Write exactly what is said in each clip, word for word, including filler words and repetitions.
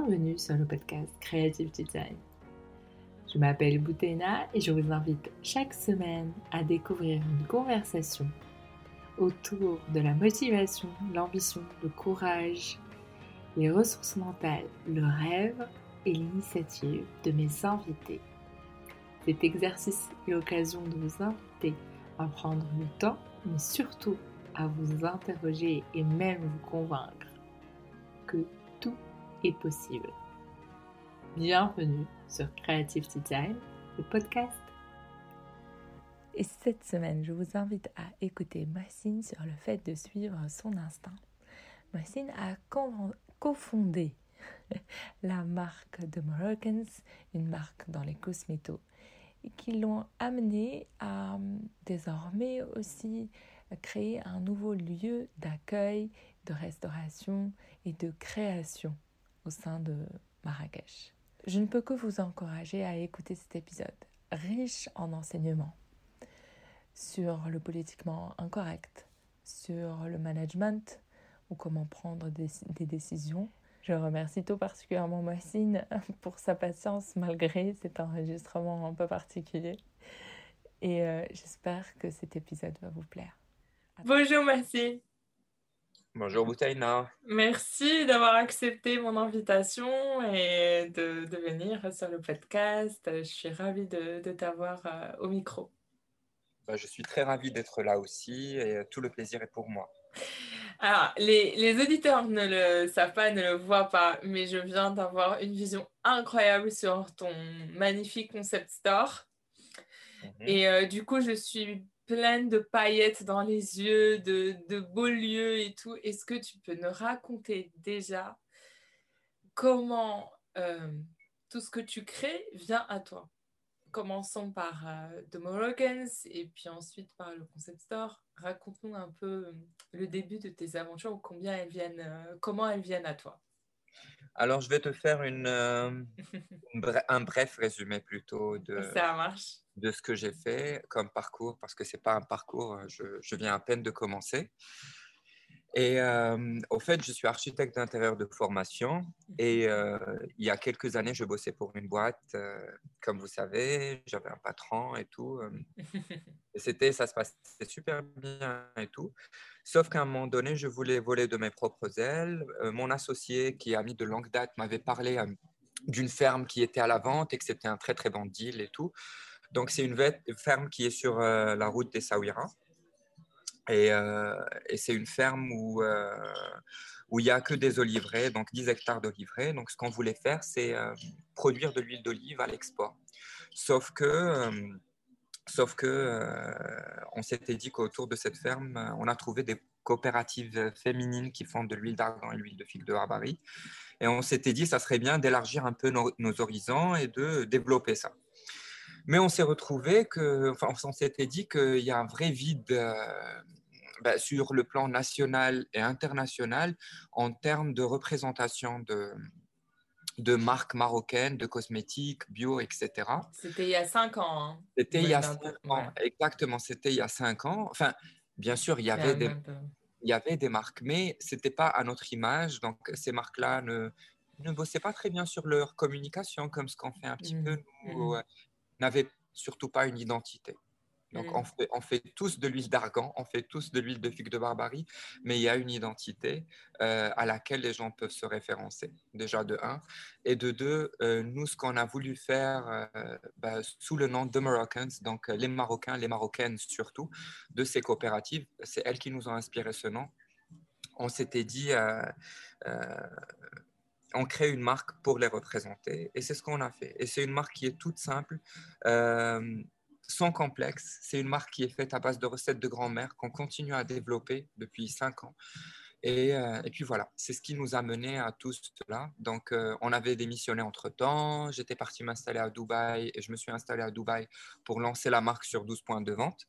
Bienvenue sur le podcast Creative Tea Time. Je m'appelle Boutena et je vous invite chaque semaine à découvrir une conversation autour de la motivation, l'ambition, le courage, les ressources mentales, le rêve et l'initiative de mes invités. Cet exercice est l'occasion de vous inviter à prendre le temps, mais surtout à vous interroger et même vous convaincre que tout est possible. Bienvenue sur Creative Tea Time, le podcast. Et cette semaine, je vous invite à écouter Mohsin sur le fait de suivre son instinct. Mohsin a co- cofondé la marque The Moroccans, une marque dans les cosmétos, et qui l'ont amené à désormais aussi créer un nouveau lieu d'accueil, de restauration et de création au sein de Marrakech. Je ne peux que vous encourager à écouter cet épisode, riche en enseignements sur le politiquement incorrect, sur le management ou comment prendre des, des décisions. Je remercie tout particulièrement Mohsin pour sa patience malgré cet enregistrement un peu particulier. Et euh, j'espère que cet épisode va vous plaire. Bonjour Mohsin. Bonjour Boutaina. Merci d'avoir accepté mon invitation et de, de venir sur le podcast. Je suis ravie de, de t'avoir euh, au micro. Bah, je suis très ravi d'être là aussi et tout le plaisir est pour moi. Alors, les, les auditeurs ne le savent pas, ne le voient pas, mais je viens d'avoir une vision incroyable sur ton magnifique concept store. Mm-hmm. Et euh, du coup, je suis pleine de paillettes dans les yeux, de, de beaux lieux et tout. Est-ce que tu peux nous raconter déjà comment euh, tout ce que tu crées vient à toi? Commençons par euh, The Moroccans et puis ensuite par le concept store. Raconte-nous un peu euh, le début de tes aventures ou combien elles viennent, euh, comment elles viennent à toi. Alors, je vais te faire une, euh, une bre- un bref résumé plutôt de, Ça marche. de ce que j'ai fait comme parcours, parce que ce n'est pas un parcours, je, je viens à peine de commencer. Et euh, au fait, je suis architecte d'intérieur de formation et euh, il y a quelques années, je bossais pour une boîte, euh, comme vous savez, j'avais un patron et tout. Euh, et c'était, ça se passait super bien et tout. Sauf qu'à un moment donné, je voulais voler de mes propres ailes. Euh, mon associé, qui est ami de longue date, m'avait parlé euh, d'une ferme qui était à la vente et que c'était un très très bon deal et tout. Donc c'est une ferme qui est sur euh, la route des Saouira. Et, euh, et c'est une ferme où euh, où il n'y a que des oliveraies, donc dix hectares d'oliveraies. Donc ce qu'on voulait faire, c'est euh, produire de l'huile d'olive à l'export. Sauf que, euh, sauf que euh, on s'était dit qu'autour de cette ferme, on a trouvé des coopératives féminines qui font de l'huile d'argan et l'huile de figue de Barbarie. Et on s'était dit, ça serait bien d'élargir un peu nos, nos horizons et de développer ça. Mais on s'est retrouvé que, enfin, on s'était dit qu'il y a un vrai vide euh, ben, sur le plan national et international en termes de représentation de, de marques marocaines, de cosmétiques, bio, et cetera. C'était il y a cinq ans. Hein. C'était il y a cinq ans, ouais. Exactement, c'était il y a cinq ans. Enfin, bien sûr, il y avait des, il y avait des marques, mais ce n'était pas à notre image. Donc, ces marques-là ne, ne bossaient pas très bien sur leur communication, comme ce qu'on fait un petit mmh. peu, nous, mmh. n'avaient surtout pas une identité. Donc, mmh. on, fait, on fait tous de l'huile d'argan, on fait tous de l'huile de figue de Barbarie, mais il y a une identité euh, à laquelle les gens peuvent se référencer, déjà de un. Et de deux, euh, nous, ce qu'on a voulu faire euh, bah, sous le nom de Moroccans, donc les Marocains, les Marocaines surtout, de ces coopératives, c'est elles qui nous ont inspiré ce nom. On s'était dit... Euh, euh, on crée une marque pour les représenter et c'est ce qu'on a fait. Et c'est une marque qui est toute simple, euh, sans complexe. C'est une marque qui est faite à base de recettes de grand-mère qu'on continue à développer depuis cinq ans. Et, euh, et puis voilà, c'est ce qui nous a mené à tout cela. Donc, euh, on avait démissionné entre-temps. J'étais parti m'installer à Dubaï et je me suis installé à Dubaï pour lancer la marque sur douze points de vente.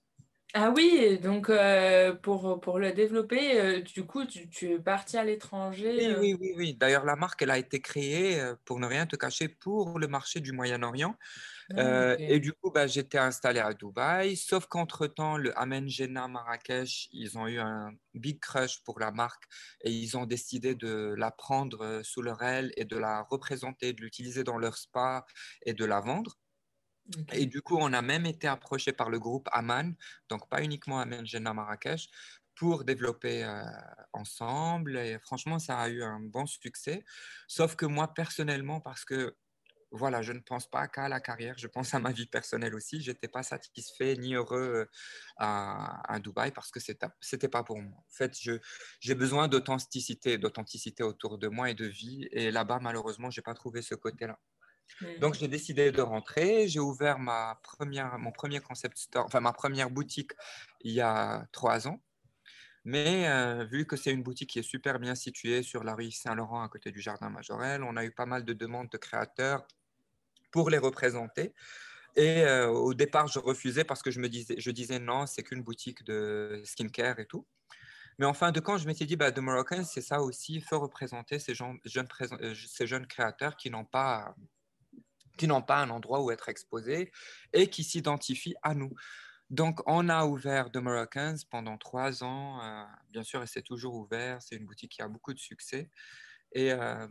Ah oui, donc euh, pour, pour le développer, euh, du coup, tu, tu es parti à l'étranger. Oui, euh. oui, oui, oui. D'ailleurs, la marque, elle a été créée, euh, pour ne rien te cacher, pour le marché du Moyen-Orient. Ah, Euh, ok. et du coup, bah, j'étais installé à Dubaï, sauf qu'entre-temps, le Amen Jena Marrakech, ils ont eu un big crush pour la marque et ils ont décidé de la prendre euh, sous leur aile et de la représenter, de l'utiliser dans leur spa et de la vendre. Ok. Et du coup, on a même été approché par le groupe Aman, donc pas uniquement Amen Jena Marrakech, pour développer euh, ensemble. Et franchement, ça a eu un bon succès. Sauf que moi, personnellement, parce que voilà, je ne pense pas qu'à la carrière, je pense à ma vie personnelle aussi. Je n'étais pas satisfait ni heureux euh, à, à Dubaï parce que ce n'était pas pour moi. En fait, je, j'ai besoin d'authenticité, d'authenticité autour de moi et de vie. Et là-bas, malheureusement, je n'ai pas trouvé ce côté-là. Hmm. Donc, j'ai décidé de rentrer. J'ai ouvert ma première, mon premier concept store, enfin ma première boutique il y a trois ans. Mais euh, vu que c'est une boutique qui est super bien située sur la rue Saint-Laurent à côté du Jardin Majorel, on a eu pas mal de demandes de créateurs pour les représenter. Et euh, au départ, je refusais parce que je me disais, je disais non, c'est qu'une boutique de skincare et tout. Mais en fin de compte, je m'étais dit, bah, The Moroccans, c'est ça aussi, il faut représenter ces, gens, jeunes, euh, ces jeunes créateurs qui n'ont pas, qui n'ont pas un endroit où être exposés et qui s'identifient à nous. Donc, on a ouvert The Moroccans pendant trois ans, euh, bien sûr, et c'est toujours ouvert. C'est une boutique qui a beaucoup de succès. Et, euh,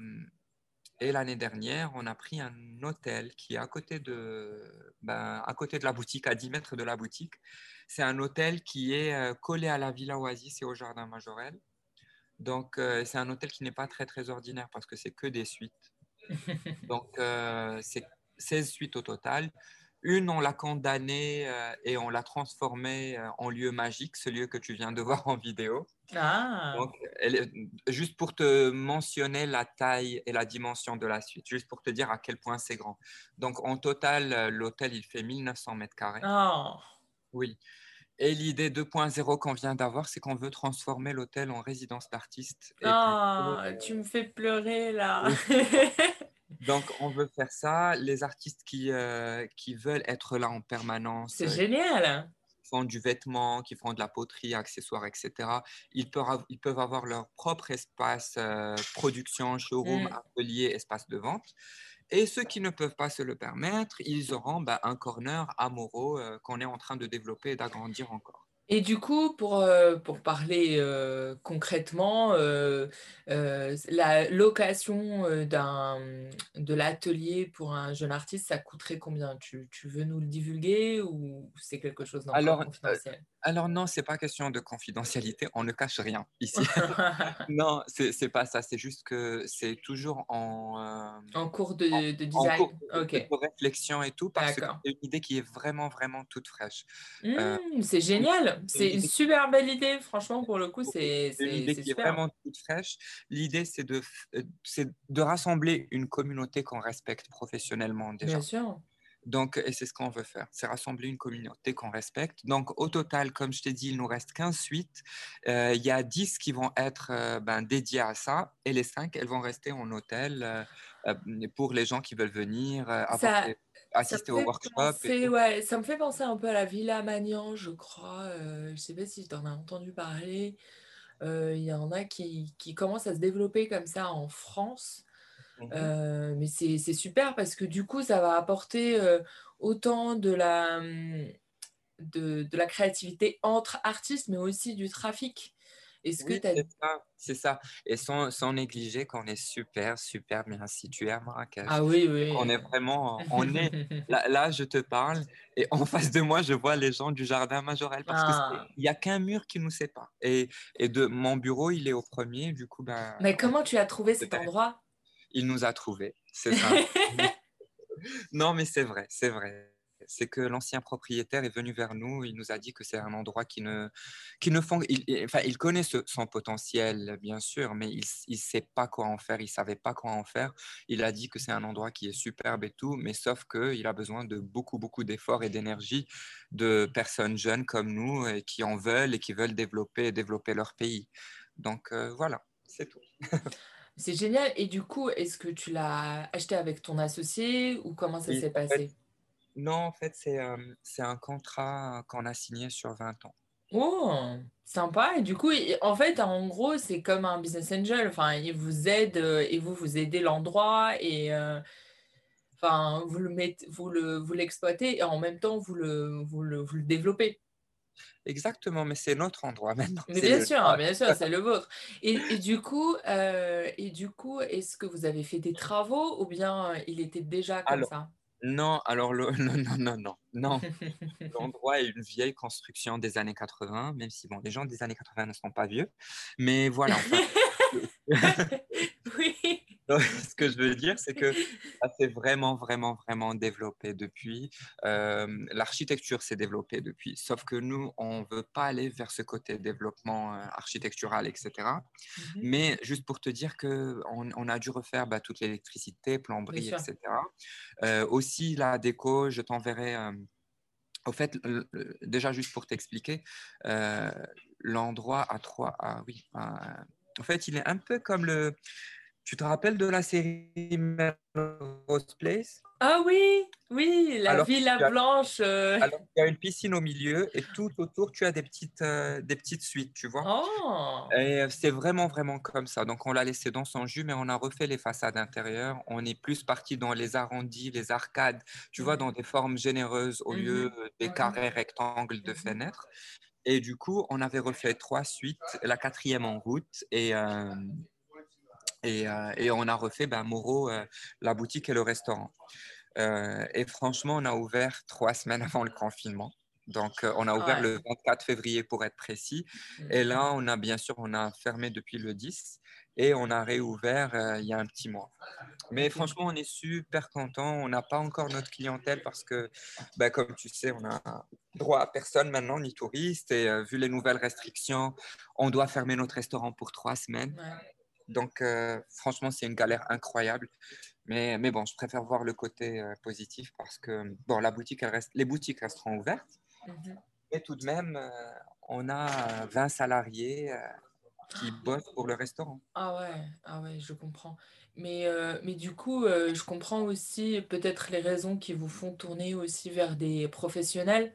et l'année dernière, on a pris un hôtel qui est à côté de, ben, à côté de la boutique, à dix mètres de la boutique. C'est un hôtel qui est euh, collé à la Villa Oasis et au Jardin Majorel. Donc, euh, c'est un hôtel qui n'est pas très, très ordinaire parce que c'est que des suites. Donc, euh, c'est seize suites au total. Une, on l'a condamnée euh, et on l'a transformée euh, en lieu magique, ce lieu que tu viens de voir en vidéo. Ah, Donc, elle est- juste pour te mentionner la taille et la dimension de la suite, juste pour te dire à quel point c'est grand. Donc, en total, euh, l'hôtel, il fait mille neuf cents mètres carrés. oh, Oui. Et l'idée deux point zéro qu'on vient d'avoir, c'est qu'on veut transformer l'hôtel en résidence d'artistes. Et oh, plutôt, tu me fais pleurer là. oui. Donc, on veut faire ça. Les artistes qui, euh, qui veulent être là en permanence, C'est euh, génial. qui font du vêtement, qui font de la poterie, accessoires, et cetera, ils peuvent, av- ils peuvent avoir leur propre espace euh, production, showroom, Hmm. atelier, espace de vente. Et ceux qui ne peuvent pas se le permettre, ils auront bah, un corner à Moreau euh, qu'on est en train de développer et d'agrandir encore. Et du coup, pour, euh, pour parler euh, concrètement, euh, euh, la location euh, d'un, de l'atelier pour un jeune artiste, ça coûterait combien? Tu, tu veux nous le divulguer ou c'est quelque chose d'encore Alors, euh, confidentiel? alors non, c'est pas question de confidentialité, on ne cache rien ici. Non, c'est c'est pas ça, c'est juste que c'est toujours en, euh, En cours en, de, de en design. cours de, Ok, de réflexion et tout, parce que d'accord. c'est une idée qui est vraiment, vraiment toute fraîche. Euh, Hmm, c'est c'est une génial. c'est une C'est une idée super belle idée. Franchement, pour le coup, oui, c'est, c'est une c'est, idée c'est qui est super. vraiment toute fraîche. L'idée, c'est de, f- euh, c'est de rassembler une communauté qu'on respecte professionnellement Bien déjà. sûr. Donc, et c'est ce qu'on veut faire, c'est rassembler une communauté qu'on respecte. Donc, au total, comme je t'ai dit, il nous reste quinze suites. Euh, il y a dix qui vont être euh, ben, dédiées à ça et les cinq, elles vont rester en hôtel euh, euh, pour les gens qui veulent venir, euh, Ça, apporter, ça me assister au fait workshop et penser, tout. ouais, ça me fait penser un peu à la Villa Magnan, je crois. Euh, je sais pas si tu en as entendu parler. Euh, Il y en a qui, qui commencent à se développer comme ça en France. Mhm. Euh, mais c'est, c'est super parce que du coup, ça va apporter euh, autant de la, hum, de, de la créativité entre artistes, mais aussi du trafic. Est-ce que Oui, tu as... c'est ça, c'est ça. Et sans, sans négliger qu'on est super, super bien situé à Marrakech. Ah oui, Et qu'on est oui. vraiment, on est, là, là, je te parle, et en face de moi, je vois les gens du Jardin Majorel, parce que c'est- Ah. il n'y a qu'un mur qui nous sépare. Et, et de mon bureau, il est au premier, du coup, ben, Mais on comment tu as trouvé se cet perd. endroit? Il nous a trouvés, c'est ça. Non, mais c'est vrai, c'est vrai. C'est que l'ancien propriétaire est venu vers nous, il nous a dit que c'est un endroit qui ne, qui ne font, il, il- enfin, il connaît ce- son potentiel, bien sûr, mais il ne sait pas quoi en faire, il savait pas quoi en faire. Il a dit que c'est un endroit qui est superbe et tout, mais sauf qu'il a besoin de beaucoup, beaucoup d'efforts et d'énergie de personnes jeunes comme nous et qui en veulent et qui veulent développer et développer leur pays. Donc euh, voilà, c'est tout. C'est génial. Et du coup, est-ce que tu l'as acheté avec ton associé ou comment ça Oui, s'est en fait, passé? Non, en fait, c'est euh, c'est un contrat qu'on a signé sur vingt ans. Oh, sympa. Et du coup, il- en fait, en gros, c'est comme un business angel. Enfin, il vous aide euh, et vous, vous aidez l'endroit et euh, enfin, vous le mettez, vous le, vous l'exploitez et en même temps, vous le, vous le, vous le développez. Exactement, mais c'est notre endroit maintenant, Mais c'est bien le sûr, hein, nôtre. bien sûr, c'est le vôtre. Et, et du coup, euh, et du coup, est-ce que vous avez fait des travaux ou bien euh, il était déjà comme Alors, ça? non, alors le, non, non, non, non, non. L'endroit est une vieille construction des années quatre-vingts, même si bon, les gens des années quatre-vingts ne sont pas vieux. Mais voilà, enfin, Oui. donc, ce que je veux dire, c'est que ça s'est vraiment, vraiment, vraiment développé depuis. Euh, l'architecture s'est développée depuis. Sauf que nous, on ne veut pas aller vers ce côté développement euh, architectural, et cetera. Mhm. Mais juste pour te dire qu'on on a dû refaire bah, toute l'électricité, Bien plomberie, sûr. et cetera. Euh, aussi, la déco, je t'enverrai. Euh, au fait, le- le- déjà, juste pour t'expliquer, euh, l'endroit à trois. Ah oui. à- en fait, il est un peu comme le. Tu te rappelles de la série Melrose Place? Ah oui, oui, la Alors, Villa tu as, Blanche. euh, alors, il y a une piscine au milieu et tout autour, tu as des petites, euh, des petites suites, tu vois. Oh. Et euh, c'est vraiment, vraiment comme ça. Donc, on l'a laissé dans son jus, mais on a refait les façades intérieures. On est plus parti dans les arrondis, les arcades, tu vois, dans des formes généreuses au lieu Mhm, des mhm, carrés rectangles de mhm. fenêtres. Et du coup, on avait refait trois suites, la quatrième en route. Et, euh, et, euh, et on a refait ben, Moreau, euh, la boutique et le restaurant. Euh, et franchement, on a ouvert trois semaines avant le confinement. Donc, euh, on a ouvert Ouais. le vingt-quatre février pour être précis. Et Mhm. là, on a bien sûr, on a fermé depuis le dix et on a réouvert euh, il y a un petit mois. Mais Ok. franchement, on est super content. On n'a pas encore notre clientèle parce que, ben, comme tu sais, on a droit à personne maintenant, ni touristes. Et euh, vu les nouvelles restrictions, on doit fermer notre restaurant pour trois semaines. Ouais. Donc, euh, franchement, c'est une galère incroyable. Mais, mais bon, je préfère voir le côté euh, positif parce que bon, la boutique, elle reste, les boutiques resteront ouvertes. Mhm. Mais tout de même, euh, on a vingt salariés euh, qui bossent pour le restaurant. Ah ouais, ah ouais, je comprends. Mais, euh, mais du coup, euh, je comprends aussi peut-être les raisons qui vous font tourner aussi vers des professionnels.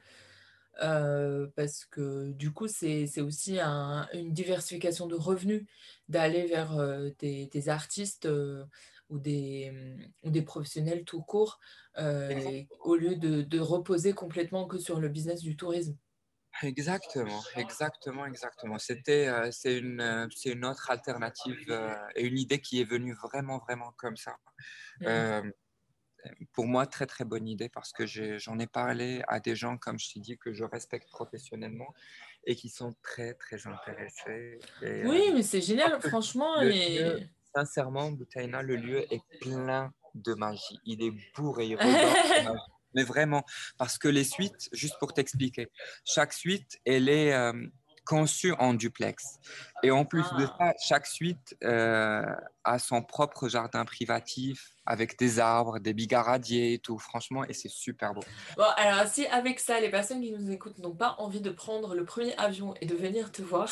Euh, parce que du coup, c'est, c'est aussi un- une diversification de revenus d'aller vers euh, des, des artistes euh, ou des, ou des professionnels tout court, euh, Exactement. au lieu de, de reposer complètement que sur le business du tourisme. Exactement, exactement, exactement. C'était, euh, c'est une, euh, c'est une autre alternative euh, et une idée qui est venue vraiment, vraiment comme ça. Mm. Euh, pour moi, très, très bonne idée parce que j'ai- j'en ai parlé à des gens, comme je t'ai dit, que je respecte professionnellement et qui sont très, très intéressés. Et, Oui, euh, mais c'est je pense génial, que franchement. le lieu, Et... sincèrement, Boutaïna, le lieu est plein de magie. Il est bourré, il regorge de magie. Mais vraiment, parce que les suites, juste pour t'expliquer, chaque suite, elle est euh, conçue en duplex. Et en plus de Ah. ça, chaque suite euh, a son propre jardin privatif avec des arbres, des bigaradiers et tout. Franchement, et c'est super beau. Bon, alors si avec ça, les personnes qui nous écoutent n'ont pas envie de prendre le premier avion et de venir te voir,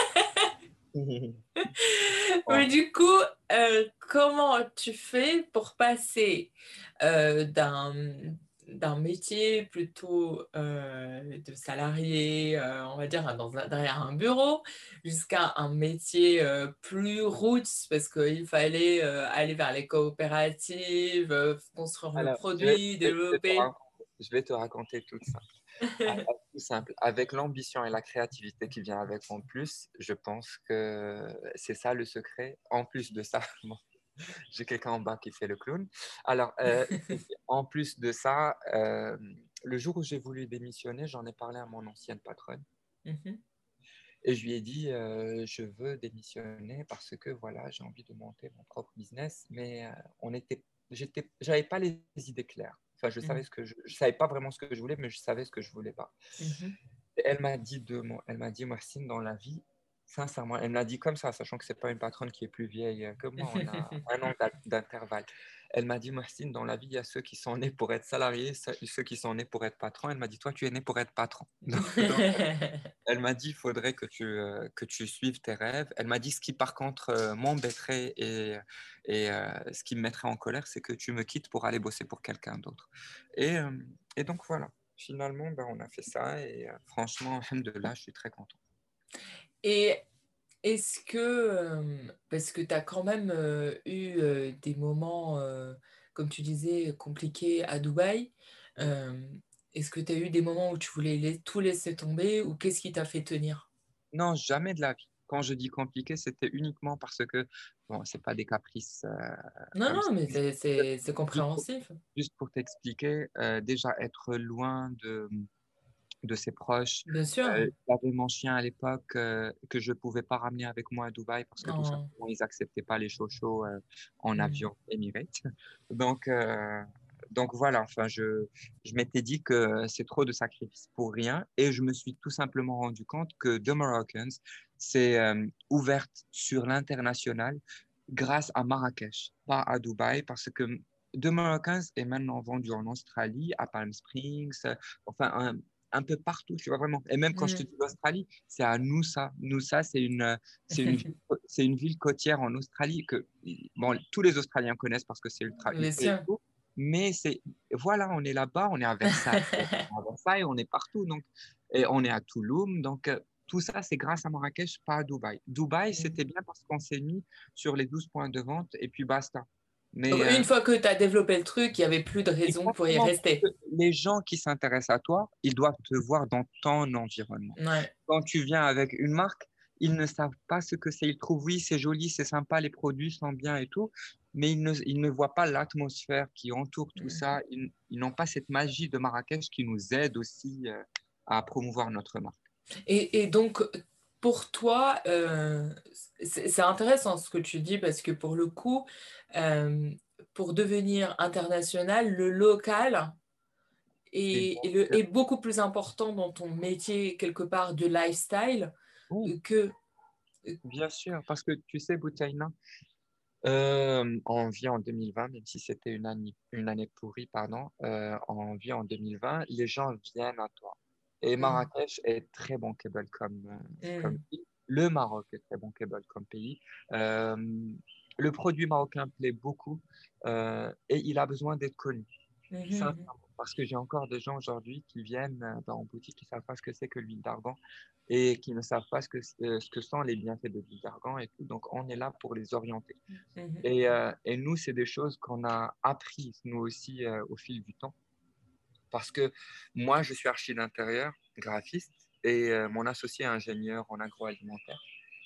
mais Bon. du coup, euh, comment tu fais pour passer euh, d'un d'un métier plutôt euh, de salarié, euh, on va dire, dans un- derrière un bureau, jusqu'à un métier euh, plus roots, parce qu'il fallait euh, aller vers les coopératives, euh, construire le Alors, je vais, produit, je vais- je vais te développer. raconter, je vais te raconter tout ça. Ah, ah, tout simple. Avec l'ambition et la créativité qui vient avec en plus, je pense que c'est ça le secret. En plus de ça, bon, j'ai quelqu'un en bas qui fait le clown. Alors, euh, en plus de ça, euh, le jour où j'ai voulu démissionner, j'en ai parlé à mon ancienne patronne Mhm. et je lui ai dit, euh, je veux démissionner parce que voilà, j'ai envie de monter mon propre business, mais euh, on était, j'étais, j'avais pas les idées claires. Enfin, je savais Mhm. ce que je, je savais pas vraiment ce que je voulais, mais je savais ce que je voulais pas. Mhm. Et elle m'a dit deux mots. Elle m'a dit, Marcine, dans la vie, Sincèrement, elle me l'a dit comme ça, sachant que ce n'est pas une patronne qui est plus vieille que moi, on a un an d'intervalle. Elle m'a dit, Mohsin, dans la vie, il y a ceux qui sont nés pour être salariés, ceux qui sont nés pour être patrons. Elle m'a dit, toi, tu es né pour être patron. Donc, donc, elle m'a dit, il faudrait que tu, euh, que tu suives tes rêves. Elle m'a dit, ce qui par contre euh, m'embêterait et, et euh, ce qui me mettrait en colère, c'est que tu me quittes pour aller bosser pour quelqu'un d'autre. Et, euh, et donc voilà, finalement, ben, on a fait ça et euh, franchement, alhamdoulilah, je suis très content. Et est-ce que, euh, parce que tu as quand même euh, eu euh, des moments, euh, comme tu disais, compliqués à Dubaï, euh, est-ce que tu as eu des moments où tu voulais la- tout laisser tomber ou qu'est-ce qui t'a fait tenir? Non, jamais de la vie. Quand je dis compliqué, c'était uniquement parce que, bon, c'est pas des caprices euh, Non, comme non, ça. mais c'est c'est- c'est Juste pour, compréhensif. juste pour t'expliquer, euh, déjà être loin de, de ses proches. Bien sûr. Euh, J'avais mon chien à l'époque euh, que je ne pouvais pas ramener avec moi à Dubaï parce que tout Non. simplement, ils n'acceptaient pas les chochos euh, en Mm. avion Emirates. Donc, euh, donc voilà, enfin, je, je m'étais dit que c'est trop de sacrifices pour rien et je me suis tout simplement rendu compte que The Moroccans s'est euh, ouverte sur l'international grâce à Marrakech, pas à Dubaï, parce que The Moroccans est maintenant vendu en Australie, à Palm Springs, enfin un, un peu partout, tu vois vraiment. Et même quand je te Mm. dis l'Australie, c'est à Noosa. Noosa, c'est une, c'est une, c'est une ville côtière en Australie que bon, tous les Australiens connaissent parce que c'est ultra Bien huppé et sûr. tout. Mais c'est, voilà, on est là-bas, on est à Versailles, on est à Versailles, on est partout. Donc, et on est à Touloum. Donc, euh, tout ça, c'est grâce à Marrakech, pas à Dubaï. Dubaï, Mm. c'était bien parce qu'on s'est mis sur les douze points de vente et puis basta. Donc, Mais euh, une fois que tu as développé le truc, il n'y avait plus de raison pour y exactement, parce rester. que les gens qui s'intéressent à toi, ils doivent te voir dans ton environnement. Ouais. Quand tu viens avec une marque, ils ne savent pas ce que c'est. Ils trouvent, oui, c'est joli, c'est sympa, les produits sont bien et tout, mais ils ne, ils ne voient pas l'atmosphère qui entoure tout Mm. ça. Ils, ils n'ont pas cette magie de Marrakech qui nous aide aussi euh, à promouvoir notre marque. Et, et donc, pour toi, euh, c'est c'est intéressant ce que tu dis parce que pour le coup, euh, pour devenir international, le local est, est le- Et est beaucoup plus important dans ton métier quelque part de lifestyle oui, que... bien sûr, parce que tu sais, Boutaïna, Euh, on vit en deux mille vingt, même si c'était une année, une année pourrie, pardon, euh, on vit en deux mille vingt, les gens viennent à toi. Et Mm, Marrakech est très bankable comme, euh, comme mm, pays. Le Maroc est très bankable comme pays. Euh, le produit marocain plaît beaucoup euh, et il a besoin d'être connu. mhm, Sincèrement, parce que j'ai encore des gens aujourd'hui qui viennent euh, dans une boutique qui ne savent pas ce que c'est que l'huile d'argan et qui ne savent pas ce que, euh, ce que sont les bienfaits de l'huile d'argan et tout. Donc, on est là pour les orienter. mhm. Et, euh, et nous, c'est des choses qu'on a apprises, nous aussi, euh, au fil du temps. Parce que moi, je suis archi d'intérieur, graphiste, et euh, mon associé est ingénieur en agroalimentaire.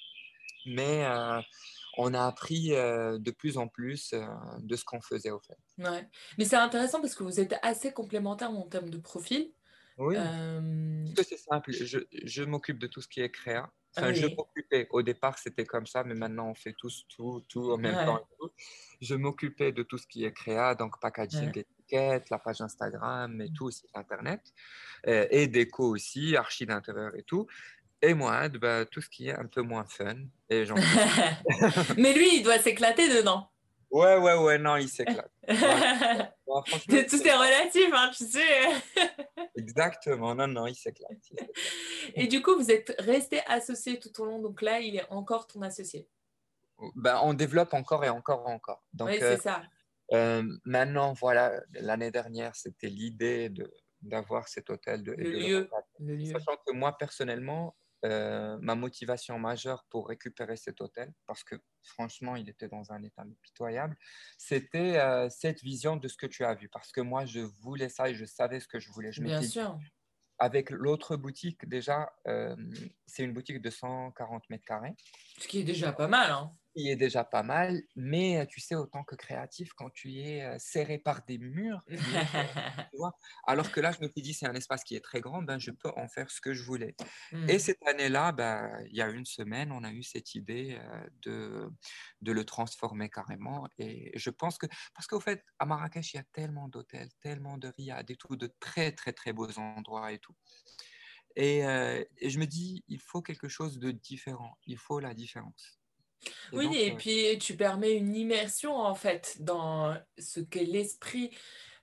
Mais euh, on a appris euh, de plus en plus euh, de ce qu'on faisait, au fait. Ouais. Mais c'est intéressant parce que vous êtes assez complémentaires en termes de profil. Oui, Euh, parce que c'est simple. Je, je m'occupe de tout ce qui est créa. Ah Enfin, je oui, m'occupais. Au départ, c'était comme ça, mais maintenant, on fait tous tout, tout en même temps. ouais, Et tout. Je m'occupais de tout ce qui est créa, donc packaging, ouais. étiquette, la page Instagram et tout, site internet. Euh, et déco aussi, archi d'intérieur et tout. Et moi, bah, tout ce qui est un peu moins fun. Et j'en fais. Mais lui, il doit s'éclater dedans. Ouais, ouais, ouais, non, il s'éclate. Non, il s'éclate. Non, franchement, il Tout est s'éclate. relatif, hein, tu sais. Exactement. Non, non, il s'éclate. Il s'éclate. Et du coup, vous êtes resté associé tout au long. Donc là, il est encore ton associé. Ben, on développe encore et encore et encore. Oui, Donc, c'est euh, ça. euh, maintenant, voilà, l'année dernière, c'était l'idée de, d'avoir cet hôtel de, et Le de le lieu. refaire. Le lieu. Sachant que moi, personnellement, euh, ma motivation majeure pour récupérer cet hôtel, parce que franchement, il était dans un état pitoyable, c'était euh, cette vision de ce que tu as vu. Parce que moi, je voulais ça et je savais ce que je voulais. Je Bien m'étais dit, sûr. avec l'autre boutique, déjà, euh, c'est une boutique de cent quarante mètres carrés Ce qui est déjà pas mal, hein. qui est déjà pas mal, mais euh, tu sais, autant que créatif, quand tu es euh, serré par des murs, tu es, euh, tu vois, alors que là, je me suis dit, c'est un espace qui est très grand, ben, je peux en faire ce que je voulais. Et Hmm. cette année-là, ben, il y a une semaine, on a eu cette idée euh, de, de le transformer carrément. Et je pense que, parce qu'au fait, à Marrakech, il y a tellement d'hôtels, tellement de riades et tout, de très, très, très beaux endroits et tout. Et, euh, et je me dis, il faut quelque chose de différent. Il faut la différence. Et Oui, donc, et euh, puis tu permets une immersion en fait dans ce qu'est l'esprit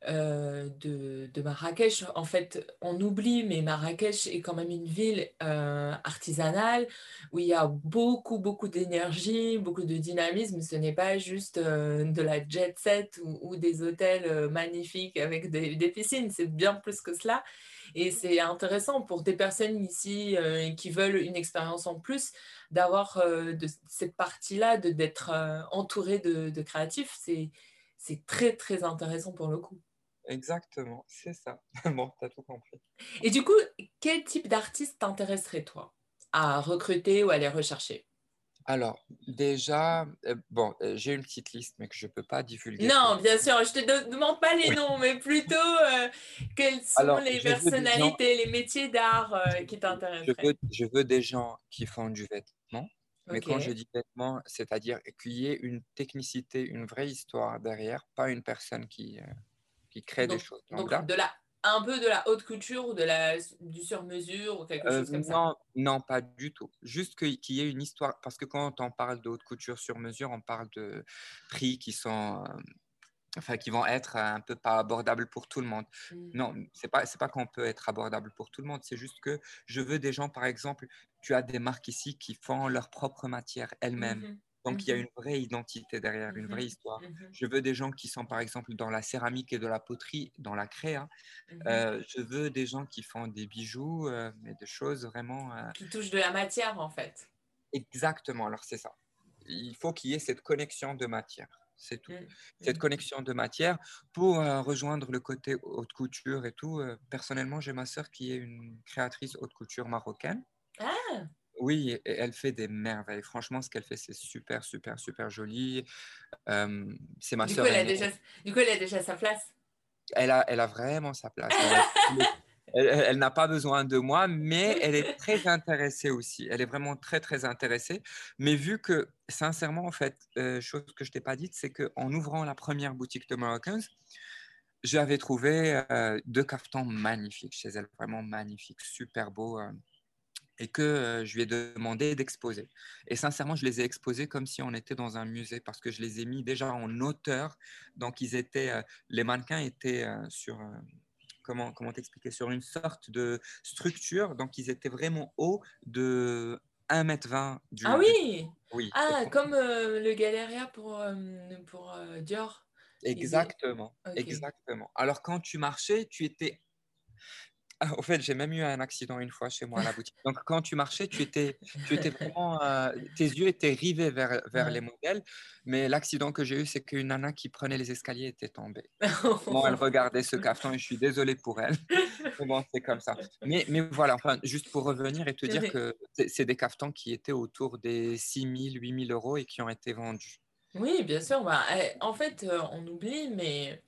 euh, de, de Marrakech. En fait, on oublie, mais Marrakech est quand même une ville euh, artisanale où il y a beaucoup, beaucoup d'énergie, beaucoup de dynamisme. Ce n'est pas juste euh, de la jet set ou, ou des hôtels euh, magnifiques avec des, des piscines. C'est bien plus que cela. Et c'est intéressant pour des personnes ici euh, qui veulent une expérience en plus d'avoir euh, de cette partie-là, de, d'être euh, entouré de, de créatifs. C'est, c'est très, très intéressant pour le coup. exactement, c'est ça. Bon, tu as tout compris. Et du coup, quel type d'artiste t'intéresserait, toi, à recruter ou à aller rechercher? Alors, déjà, euh, bon, euh, j'ai une petite liste, mais que je ne peux pas divulguer pour Non, le bien moment. sûr, je te de- demande pas les Oui. noms, mais plutôt euh, quelles sont Alors, les je veux des gens, personnalités, les métiers d'art euh, qui je t'intéresseraient. veux, je veux des gens qui font du vêtement. Mais Ok. quand je dis vêtement, c'est-à-dire qu'il y ait une technicité, une vraie histoire derrière, pas une personne qui, euh, qui crée des Donc, choses. Donc donc là, de la, un peu de la haute couture ou de la, du sur-mesure ou quelque euh, chose comme ça. non, non, pas du tout. Juste que- qu'il y ait une histoire. Parce que quand on parle de haute couture sur mesure, on parle de prix qui sont, euh, enfin, qui vont être un peu pas abordables pour tout le monde. Mm. Non, c'est pas, c'est pas qu'on peut être abordable pour tout le monde. C'est juste que je veux des gens, par exemple, tu as des marques ici qui font leur propre matière elles-mêmes. Mhm, Donc, il y a mhm, une vraie identité derrière, une vraie mhm, histoire. mhm, Je veux des gens qui sont, par exemple, dans la céramique et de la poterie, dans la créa. mhm. Euh, je veux des gens qui font des bijoux, euh, mais des choses vraiment euh, Qui touche de la matière, en fait. exactement. Alors, c'est ça. Il faut qu'il y ait cette connexion de matière. C'est tout. Mm, Cette mm. connexion de matière pour euh, rejoindre le côté haute couture et tout. Euh, personnellement, j'ai ma sœur qui est une créatrice haute couture marocaine. Ah, Oui, et elle fait des merveilles. Franchement, ce qu'elle fait, c'est super, super, super joli. Euh, c'est ma du coup, sœur elle a aînée. déjà, du coup, elle a déjà sa place. Elle a, elle a vraiment sa place. Elle, elle- elle n'a pas besoin de moi, mais elle est très intéressée aussi. Elle est vraiment très, très intéressée. Mais vu que, sincèrement, en fait, euh, chose que je t'ai pas dite, c'est qu'en ouvrant la première boutique de Morocans, j'avais trouvé euh, deux cartons magnifiques chez elle, vraiment magnifiques, super beaux, euh, et que euh, je lui ai demandé d'exposer. Et sincèrement, je les ai exposés comme si on était dans un musée, parce que je les ai mis déjà en hauteur. Donc, ils étaient, euh, les mannequins étaient euh, sur, euh, comment, comment t'expliquer, sur une sorte de structure. Donc, ils étaient vraiment hauts de un mètre vingt Ah du, du... oui! Oui, et Ah, franchement, comme euh, le Galeria pour, euh, pour euh, Dior. Ils est... exactement, Ok. exactement. Alors, quand tu marchais, tu étais... Ah, au fait, j'ai même eu un accident une fois chez moi à la boutique. Donc, quand tu marchais, tu étais, tu étais vraiment, euh, tes yeux étaient rivés vers, vers les Ouais. modèles. Mais l'accident que j'ai eu, c'est qu'une nana qui prenait les escaliers était tombée. Bon, elle regardait ce cafeton et je suis désolé pour elle. Mais bon, c'est comme ça. Mais, mais voilà, enfin, juste pour revenir et te dire Oui, que c'est c'est des cafetons qui étaient autour des six mille, huit mille euros et qui ont été vendus. oui, bien sûr. Bah, eh, en fait, euh, on oublie, mais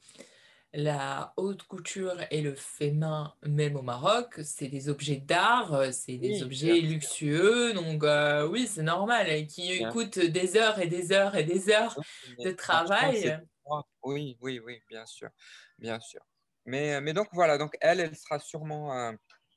la haute couture et le fait main, même au Maroc, c'est des objets d'art, euh, c'est des Oui, bien objets sûr. luxueux. Donc, euh, oui, c'est normal, et qui Bien coûtent des heures et des heures et des heures sûr. de Mais franchement, c'est travail. moi. Oui, oui, oui, bien sûr. Bien sûr. Mais, mais donc voilà, donc elle, elle sera sûrement euh,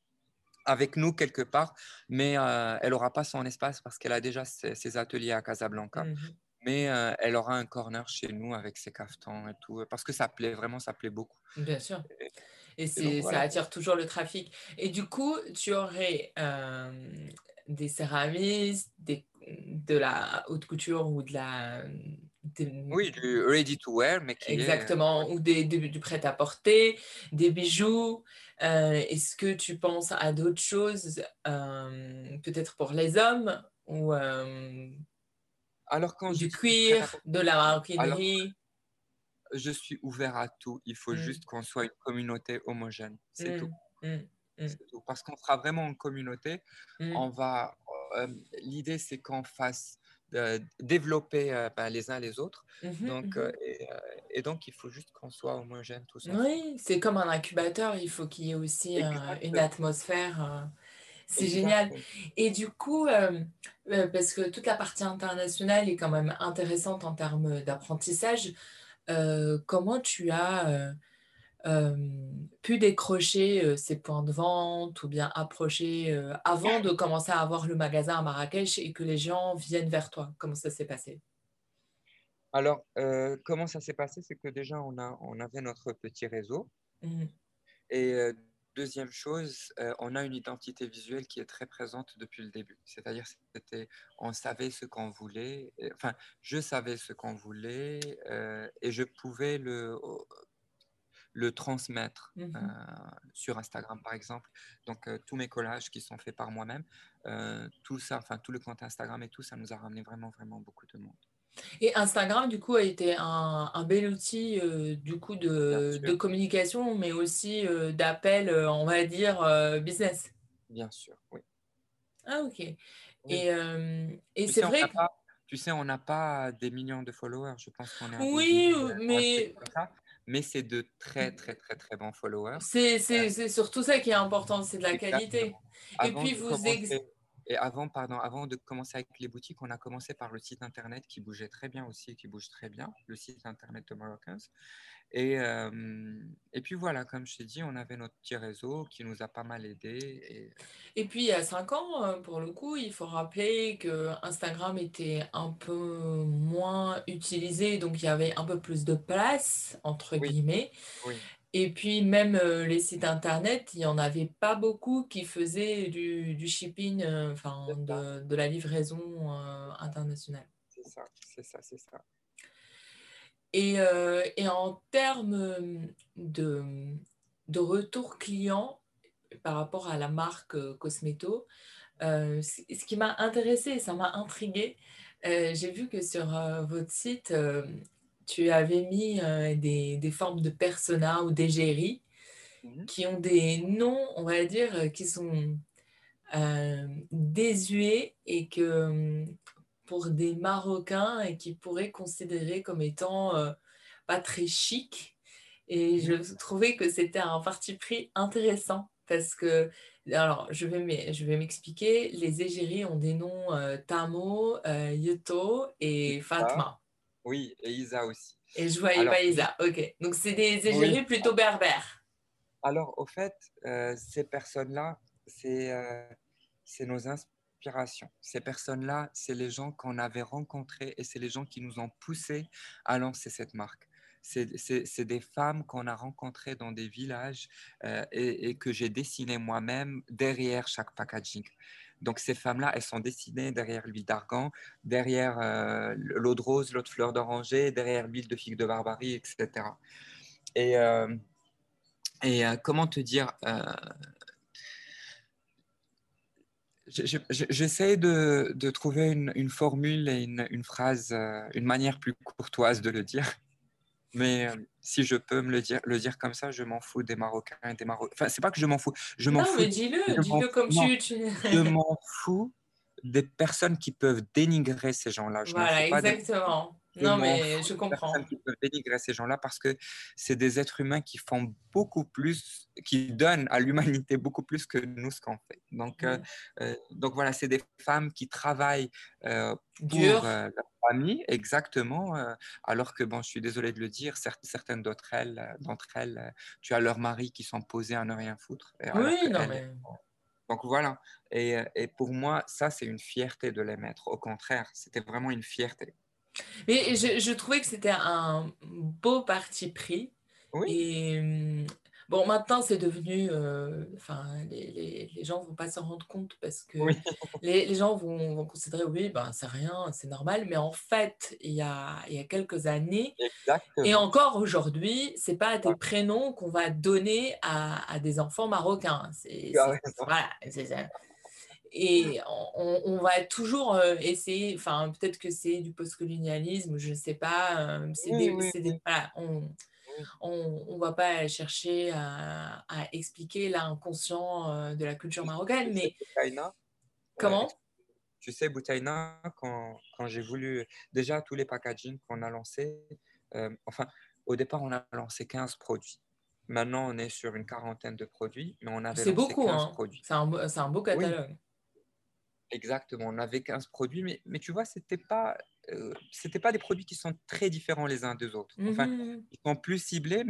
avec nous quelque part, mais euh, elle n'aura pas son espace parce qu'elle a déjà ses, ses ateliers à Casablanca. Mhm, Mais euh, elle aura un corner chez nous avec ses cafetans et tout, parce que ça plaît, vraiment, ça plaît beaucoup. bien sûr. Et, Et et donc c'est, ça voilà. attire toujours le trafic. Et du coup, tu aurais euh, des céramistes, des, de la haute couture ou de la... des- Oui, du ready to wear, mais qui est... euh, exactement, ou des, des- du prêt-à-porter, des bijoux. Euh, est-ce que tu penses à d'autres choses, euh, peut-être pour les hommes, ou euh, Alors quand je du dis du prêt à cuir, de porter, la alors maroquinerie? je suis ouvert à tout. Il faut Mm, juste qu'on soit une communauté homogène. C'est tout. mm, mm, mm, C'est tout. Parce qu'on sera vraiment en communauté. mm. On va. euh, L'idée, c'est qu'on fasse euh, développer euh, ben, les uns les autres. Mhm, Donc, euh, mhm. et, euh, et donc, il faut juste qu'on soit homogène tous ensemble. Oui, c'est comme un incubateur, il faut qu'il y ait aussi euh, une Exactement. atmosphère. euh, c'est génial. Exactement. Et du coup, euh, euh, parce que toute la partie internationale est quand même intéressante en termes d'apprentissage, euh, comment tu as euh, euh, pu décrocher euh, ces points de vente ou bien approcher euh, avant de commencer à avoir le magasin à Marrakech et que les gens viennent vers toi? Comment ça s'est passé? Alors, euh, comment ça s'est passé? C'est que déjà, on a, on avait notre petit réseau. Mhm. Et euh, deuxième chose, euh, on a une identité visuelle qui est très présente depuis le début. C'est-à-dire, c'était, on savait ce qu'on voulait. Et- enfin, je savais ce qu'on voulait euh, et je pouvais le, le transmettre euh, Mhm. sur Instagram, par exemple. Donc, euh, tous mes collages qui sont faits par moi-même, euh, tout ça, enfin, tout le compte Instagram et tout, ça nous a ramené vraiment, vraiment beaucoup de monde. Et Instagram, du coup, a été un, un bel outil euh, du coup Bien de, de sûr, communication, mais aussi euh, d'appel, euh, on va dire, euh, business. bien sûr, oui. Ah, ok. Oui. Et, euh, et Tu c'est sais, on n'a vrai que pas, tu sais, on n'a pas des millions de followers. Je pense qu'on est à douze oui, mille, un truc mais comme ça. Mais c'est de très, très, très, très bons followers. c'est, c'est, c'est surtout ça qui est important, c'est de la qualité. Exactement. Et Avant puis de vous ex... commencer, et avant, pardon, avant de commencer avec les boutiques, on a commencé par le site internet qui bougeait très bien aussi, qui bouge très bien, le site internet de Moroccans. Et, euh, et puis voilà, comme je t'ai dit, on avait notre petit réseau qui nous a pas mal aidés. Et... Et puis il y a cinq ans, euh, pour le coup, il faut rappeler que Instagram était un peu moins utilisé, donc il y avait un peu plus de place, entre Oui, guillemets. oui, Et puis même euh, les sites internet, il n'y en avait pas beaucoup qui faisaient du, du shipping, euh, enfin c'est ça, de, de la livraison euh, internationale. c'est ça, c'est ça, c'est ça. Et, euh, et en termes de, de retour client par rapport à la marque euh, Cosmeto, euh, c- ce qui m'a intéressé, ça m'a intrigué. Euh, j'ai vu que sur euh, votre site, euh, tu avais mis euh, des, des formes de personas ou d'égéries Mhm. qui ont des noms, on va dire, euh, qui sont euh, désuets et que euh, pour des Marocains et qui pourraient considérer comme étant euh, pas très chic. Et Mhm. je trouvais que c'était un parti pris intéressant parce que, alors je vais m'e- je vais m'expliquer, les égéries ont des noms euh, Tamo, euh, Yuto et Ça, Fatma. oui, et Isa aussi. Et je voyais Alors, pas Isa. Ok. Donc c'est des oui. égéries plutôt berbères. Alors, au fait, euh, ces personnes-là, c'est euh, c'est nos inspirations. Ces personnes-là, c'est les gens qu'on avait rencontrés et c'est les gens qui nous ont poussés à lancer cette marque. C'est c'est- c'est des femmes qu'on a rencontrées dans des villages euh, et, et que j'ai dessinées moi-même derrière chaque packaging. Donc, ces femmes-là, elles sont dessinées derrière l'huile d'argan, derrière euh, l'eau de rose, l'eau de fleur d'oranger, derrière l'huile de figue de Barbarie, et cetera. Et, euh, et euh, comment te dire, euh, je- je- je- j'essaie de, de trouver une, une formule et une, une phrase, euh, une manière plus courtoise de le dire. Mais euh, si je peux me le dire, le dire comme ça, je m'en fous des Marocains et des Marocains. Enfin, c'est pas que je m'en fous. Je m'en Non, fous. mais dis-le, Je m'en dis-le comme non, tu, tu... je m'en fous des personnes qui peuvent dénigrer ces gens-là. Je m'en fous Voilà, pas des exactement. Je Non, m'en mais fous je des personnes comprends. qui peuvent dénigrer ces gens-là parce que c'est des êtres humains qui font beaucoup plus, qui donnent à l'humanité beaucoup plus que nous ce qu'on fait. Donc, euh, Mm. euh, donc voilà, c'est des femmes qui travaillent euh, Dur. pour euh, leur famille, exactement, euh, alors que, bon, je suis désolé de le dire, cer- certaines d'entre elles, euh, d'entre elles euh, tu as leurs maris qui sont posés à ne rien foutre, et alors Oui, que non, elles, mais... donc voilà, et, euh, et pour moi, ça, c'est une fierté de les mettre. Au contraire, c'était vraiment une fierté. Mais je, je trouvais que c'était un beau parti pris. Oui, Et hum, bon, maintenant, c'est devenu... euh, Enfin, les, les, les gens vont pas s'en rendre compte parce oui, que les, les gens vont, vont considérer, oui, ben, c'est rien, c'est normal. Mais en fait, il y a, il y a quelques années, et exactement. encore aujourd'hui, c'est pas des prénoms qu'on va donner à, à des enfants marocains. C'est, Tu as c'est- raison. voilà, c'est ça. Et on, on va toujours euh, essayer, enfin, peut-être que c'est du postcolonialisme, je ne sais pas, euh, c'est Oui, des, oui, c'est oui, des, voilà, on oui. on, on va pas chercher à, à expliquer l'inconscient euh, de la culture Tu, marocaine, tu sais, mais Boutaïna, euh, comment? excuse- tu sais, Boutaïna, quand, quand j'ai voulu, déjà tous les packaging qu'on a lancés, euh, enfin, au départ, on a lancé quinze produits. Maintenant, on est sur une quarantaine de produits, mais on avait C'est lancé beaucoup, quinze hein. produits. C'est un, beau- c'est un beau Oui, catalogue. exactement. On avait quinze produits, mais, mais tu vois, c'était pas, euh, c'était pas des produits qui sont très différents les uns des autres. Enfin, Mhm. ils sont plus ciblés, mais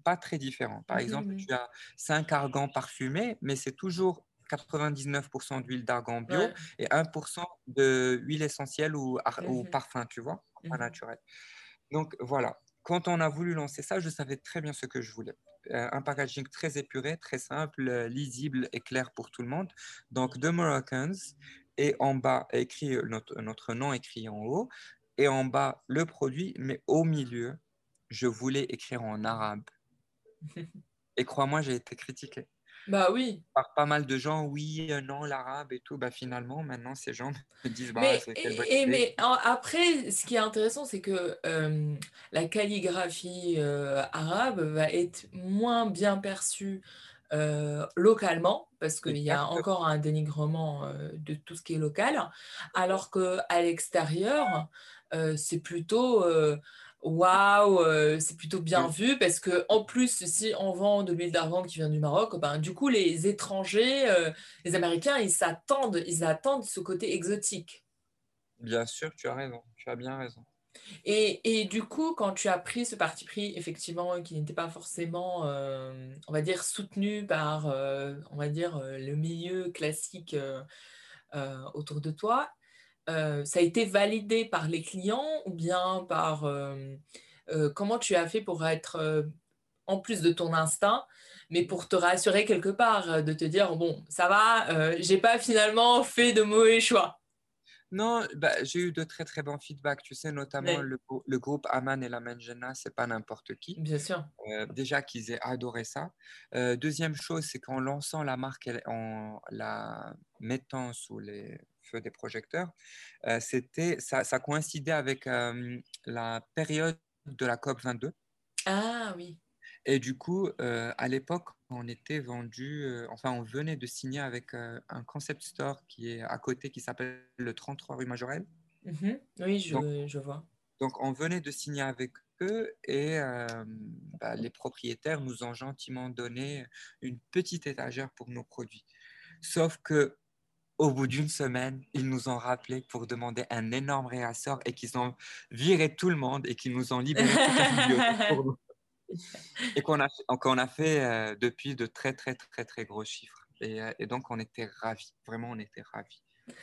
pas très différents. Par exemple, Mhm. tu as cinq argans parfumés, mais c'est toujours quatre-vingt-dix-neuf pour cent d'huile d'argan bio Ouais. et un pour cent de huile essentielle ou, ar- ou Mhm. parfum, tu vois, pas Mhm. naturel. Donc voilà, quand on a voulu lancer ça, je savais très bien ce que je voulais. Euh, un packaging très épuré, très simple, euh, lisible et clair pour tout le monde. Donc The Moroccans, et en bas écrit notre, notre nom écrit en haut, et en bas le produit, mais au milieu, je voulais écrire en arabe. Et crois-moi, j'ai été critiqué Bah oui. par pas mal de gens. Oui, euh, non, l'arabe et tout. Bah finalement, maintenant, ces gens me disent, bah, Mais, c'est quelle bonne et, et- idée. mais en- après, ce qui est intéressant, c'est que euh, la calligraphie euh, arabe va être moins bien perçue euh, localement, parce qu'il y a Exactement. encore un dénigrement euh, de tout ce qui est local, alors qu'à l'extérieur, euh, c'est plutôt euh, waouh, euh, c'est plutôt bien vu, parce que en plus, si on vend de l'huile d'argan qui vient du Maroc, ben, du coup, les étrangers, euh, les Américains, ils s'attendent, ils attendent ce côté exotique. Bien sûr, tu as raison. Tu as bien raison. Et, et du coup, quand tu as pris ce parti pris, effectivement, qui n'était pas forcément, euh, on va dire, soutenu par, euh, on va dire, euh, le milieu classique euh, euh, autour de toi, euh, ça a été validé par les clients ou bien par... euh, euh, comment tu as fait pour être, euh, en plus de ton instinct, mais pour te rassurer quelque part, euh, de te dire, bon, ça va, euh, j'ai pas finalement fait de mauvais choix. Non, bah, j'ai eu de très très bons feedbacks. Tu sais, notamment Oui, le, grou- le groupe Aman et la Menjena, c'est pas n'importe qui. bien sûr. Euh, déjà qu'ils aient adoré ça. Euh, deuxième chose, c'est qu'en lançant la marque, elle- en la mettant sous les feux des projecteurs, euh, c'était, ça, ça coïncidait avec euh, la période de la COP vingt-deux. Ah oui. Et du coup, euh, à l'époque, on était vendu, euh, enfin, on venait de signer avec euh, un concept store qui est à côté, qui s'appelle le trente-trois rue Majorelle. Mhm. Oui, Donc, je, je vois. donc, on venait de signer avec eux et euh, bah, les propriétaires nous ont gentiment donné une petite étagère pour nos produits. Sauf que au bout d'une semaine, ils nous ont rappelé pour demander un énorme réassort et qu'ils ont viré tout le monde et qu'ils nous ont libéré toute la bibliothèque pour nous. Et qu'on a, qu'on a fait euh, depuis de très, très, très, très gros chiffres. Et, euh, et donc, on était ravis. Vraiment, on était ravis.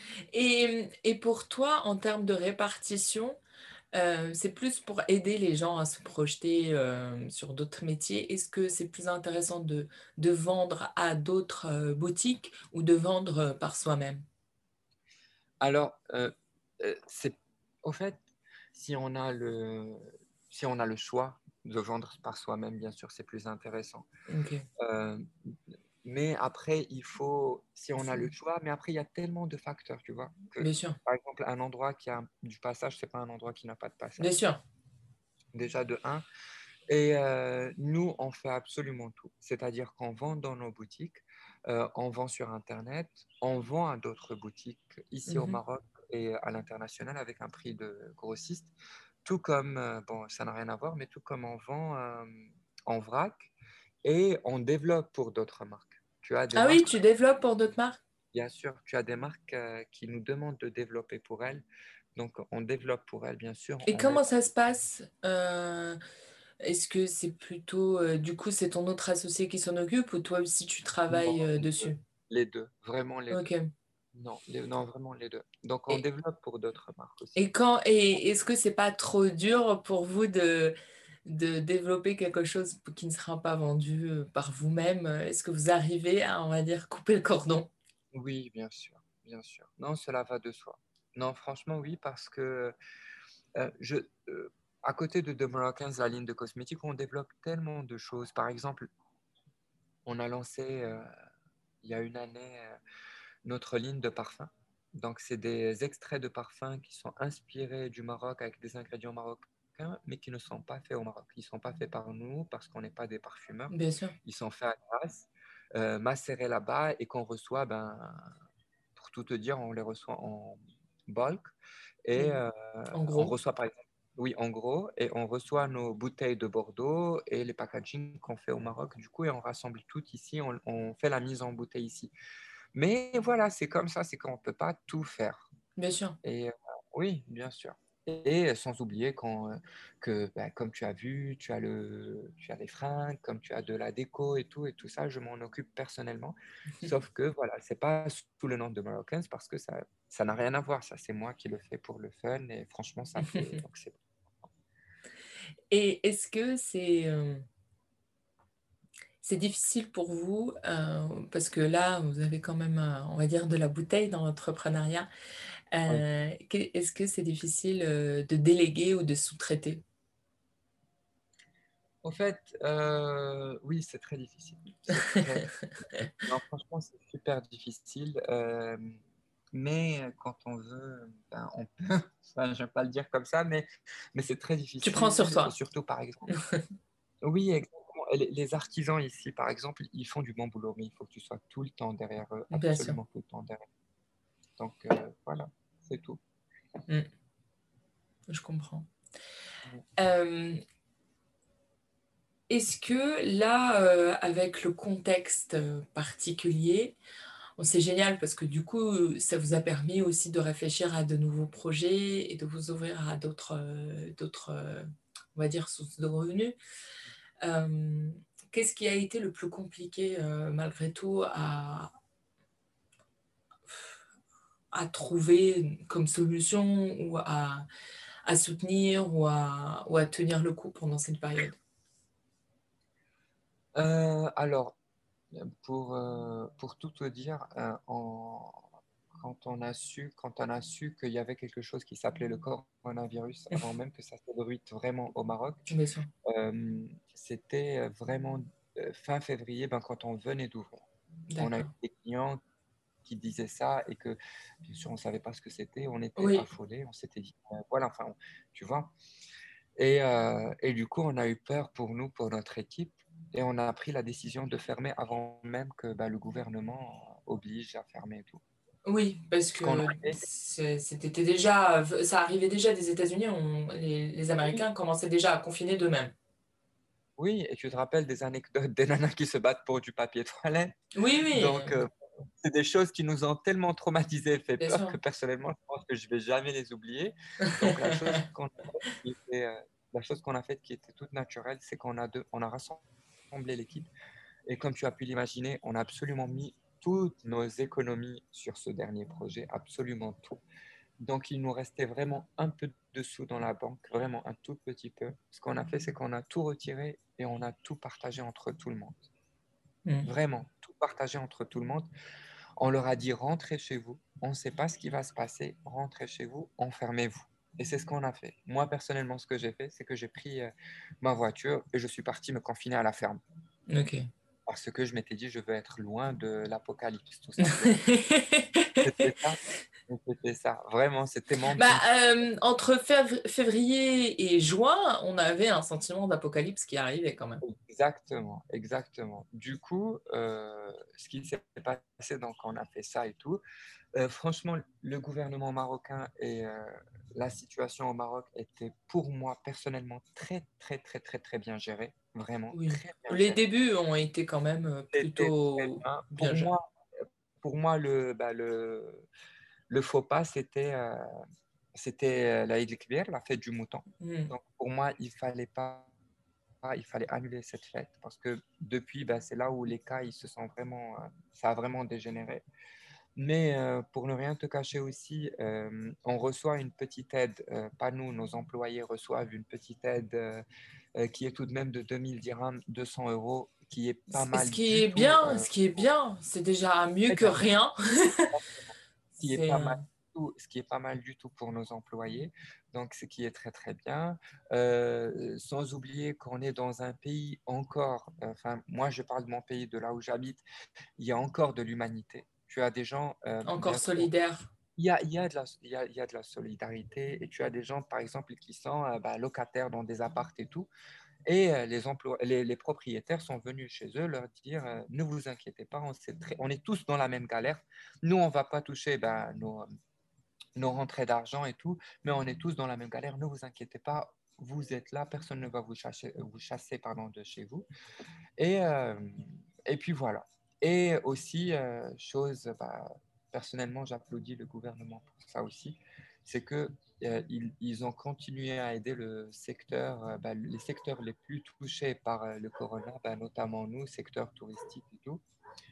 Et, et pour toi, en termes de répartition, euh, c'est plus pour aider les gens à se projeter euh, sur d'autres métiers. Est-ce que c'est plus intéressant de, de vendre à d'autres euh, boutiques ou de vendre euh, par soi-même? Alors, euh, euh, c'est au fait, si on a le, si on a le choix de vendre par soi-même, bien sûr, c'est plus intéressant. Ok, Euh, mais après, il faut, si on a le choix, mais après, il y a tellement de facteurs, tu vois, que bien sûr, par exemple, un endroit qui a du passage, c'est pas un endroit qui n'a pas de bien passage. sûr. Déjà de un. Et euh, nous, on fait absolument tout. C'est-à-dire qu'on vend dans nos boutiques, euh, on vend sur Internet, on vend à d'autres boutiques ici au Mhm. Maroc et à l'international avec un prix de grossiste. Tout comme, euh, bon, ça n'a rien à voir, mais tout comme on vend euh, en vrac et on développe pour d'autres marques. Tu as des Ah oui, marques, tu développes pour d'autres marques? bien sûr, tu as des marques euh, qui nous demandent de développer pour elles. Donc, on développe pour elles, bien sûr. Et On met comment ça se passe? Euh, est-ce que c'est plutôt, euh, du coup, c'est ton autre associé qui s'en occupe ou toi aussi tu non, travailles euh, les deux, dessus? les deux, vraiment les deux. Ok. Non, les- non, vraiment les deux. Donc, on Et, développe pour d'autres marques aussi. et quand, et est-ce que c'est pas trop dur pour vous de, de développer quelque chose qui ne sera pas vendu euh, par vous-même? Est-ce que vous arrivez à, on va dire, couper le cordon? Oui, bien sûr, bien sûr. Non, cela va de soi. Non, franchement, oui, parce que euh, je, euh, à côté de The Moroccans, la ligne de cosmétiques, on développe tellement de choses. Par exemple, on a lancé euh, il y a une année euh, notre ligne de parfums. Donc, c'est des extraits de parfums qui sont inspirés du Maroc avec des ingrédients marocains, mais qui ne sont pas faits au Maroc. Ils ne sont pas faits par nous parce qu'on n'est pas des parfumeurs. Bien sûr. Ils sont faits à Grasse, euh, macérés là-bas et qu'on reçoit, ben, pour tout te dire, on les reçoit en bulk et Mhm. euh, En on gros. reçoit par exemple, oui, en gros, et on reçoit nos bouteilles de Bordeaux et les packaging qu'on fait au Maroc, du coup, et on rassemble tout ici, on, on fait la mise en bouteille ici. Mais voilà, c'est comme ça, c'est qu'on ne peut pas tout faire. Bien sûr. Et euh, oui, bien sûr. Et sans oublier quand, que, bah, comme tu as vu, tu as, le, tu as les fringues, comme tu as de la déco et tout, et tout ça, je m'en occupe personnellement. Sauf que, voilà, c'est pas sous le nom de Moroccans parce que ça, ça n'a rien à voir. Ça, c'est moi qui le fais pour le fun et franchement, ça me plaît. Donc c'est... Et est-ce que c'est euh, c'est difficile pour vous, euh, parce que là, vous avez quand même, euh, on va dire, de la bouteille dans l'entrepreneuriat. Oui. Euh, que- est-ce que c'est difficile euh, de déléguer ou de sous-traiter? En fait, euh, oui, c'est très difficile. C'est très, très... Non, franchement, c'est super difficile. euh, mais quand on veut, ben, on peut. Enfin, je ne vais pas le dire comme ça, mais, mais c'est très Tu prends sur difficile. toi. Surtout, par exemple. Oui, exactement. Et Les, les artisans ici, par exemple, ils font du bon boulot, mais il faut que tu sois tout le temps derrière eux, Bien sûr. absolument tout le temps derrière eux. Donc, euh, voilà, c'est tout. Mm, je comprends. Ouais. Euh, est-ce que là, euh, avec le contexte euh, particulier, bon, c'est génial parce que du coup, ça vous a permis aussi de réfléchir à de nouveaux projets et de vous ouvrir à d'autres, euh, d'autres, euh, on va dire, sources de revenus. Euh, qu'est-ce qui a été le plus compliqué, euh, malgré tout, à, à trouver comme solution ou à, à soutenir ou à, ou à tenir le coup pendant cette période? Euh, alors, pour, euh, pour tout te dire, euh, en- quand on a su, quand on a su qu'il y avait quelque chose qui s'appelait le coronavirus, avant même que ça se bruite vraiment au Maroc, Bien sûr. euh, c'était vraiment euh, fin février, ben, quand on venait d'ouvrir. On a eu D'accord. des clients qui disaient ça et que, bien sûr, on ne savait pas ce que c'était. On était Oui, affolés, on s'était dit, euh, voilà, enfin, on- tu vois. Et, euh, et du coup, on a eu peur pour nous, pour notre équipe, et on a pris la décision de fermer avant même que bah, le gouvernement oblige à fermer et tout. oui, parce Ce qu'on a que fait, c'est- c'était déjà, ça arrivait déjà des États-Unis, on- les, les oui, Américains commençaient déjà à confiner d'eux-mêmes. oui, et tu te rappelles des anecdotes des nanas qui se battent pour du papier toilette. Oui, oui, Donc, euh, c'est des choses qui nous ont tellement traumatisés et fait bien peur sûr. que personnellement, je pense que je vais jamais les oublier. Donc, la chose qu'on a faite qui était, euh, la chose qu'on a faite qui était toute naturelle, c'est qu'on a, deux, on a rassemblé l'équipe. Et comme tu as pu l'imaginer, on a absolument mis toutes nos économies sur ce dernier projet, absolument tout. Donc, il nous restait vraiment un peu de sous dans la banque, vraiment un tout petit peu. Ce qu'on a fait, c'est qu'on a tout retiré et on a tout partagé entre tout le monde. Mm. Vraiment, tout partagé entre tout le monde. On leur a dit, rentrez chez vous. On ne sait pas ce qui va se passer. Rentrez chez vous, enfermez-vous. Et c'est ce qu'on a fait. Moi, personnellement, ce que j'ai fait, c'est que j'ai pris euh, ma voiture et je suis parti me confiner à la ferme. Ok. Parce que je m'étais dit, je veux être loin de l'apocalypse, tout simplement. C'était ça. C'était ça. Vraiment, c'était mon Bah, but. euh, entre fév- février et juin, on avait un sentiment d'apocalypse qui arrivait quand même. Exactement, exactement. Du coup, euh, ce qui s'est passé, donc on a fait ça et tout. Euh, franchement, le gouvernement marocain et euh, la situation au Maroc était pour moi personnellement très, très, très, très, très bien gérée. Vraiment, Oui. très bien Les gérée. débuts ont été quand même euh, C'était très plutôt bien. bien Pour gérés. moi, pour moi le, bah, le, le faux pas, c'était euh, c'était euh, la Eid el-Kbir, la fête du mouton. Mm. Donc pour moi, il fallait pas, il fallait annuler cette fête parce que depuis, bah, c'est là où les cas, ils se sont vraiment, euh, ça a vraiment dégénéré. Mais euh, pour ne rien te cacher aussi, euh, on reçoit une petite aide, euh, pas nous, nos employés reçoivent une petite aide euh, euh, qui est tout de même de deux mille dirhams, deux cents euros, qui est pas Ce mal qui du est tout, bien, euh, ce qui est bien, c'est déjà mieux très que bien, rien. ce qui est C'est pas euh, mal du tout, ce qui est pas mal du tout pour nos employés, donc ce qui est très très bien. Euh, sans oublier qu'on est dans un pays encore, enfin moi je parle de mon pays, de là où j'habite, il y a encore de l'humanité. Tu as des gens, euh, encore bien sûr. solidaire. Il y a, il y a de la, il y a, il y a de la solidarité et tu as des gens, par exemple, qui sont euh, bah, locataires dans des appartes et tout. Et euh, les, emplois, les, les propriétaires sont venus chez eux leur dire euh, ne vous inquiétez pas, on, sait très- on est tous dans la même galère. Nous, on ne va pas toucher bah, nos, nos rentrées d'argent et tout, mais on est tous dans la même galère. Ne vous inquiétez pas, vous êtes là, personne ne va vous chasser, vous chasser pardon, de chez vous. Et, euh, et puis voilà. Et aussi, euh, chose, bah, personnellement, j'applaudis le gouvernement pour ça aussi, c'est que euh, ils, ils ont continué à aider le secteur, euh, bah, les secteurs les plus touchés par euh, le corona, bah, notamment nous, secteur touristique et tout.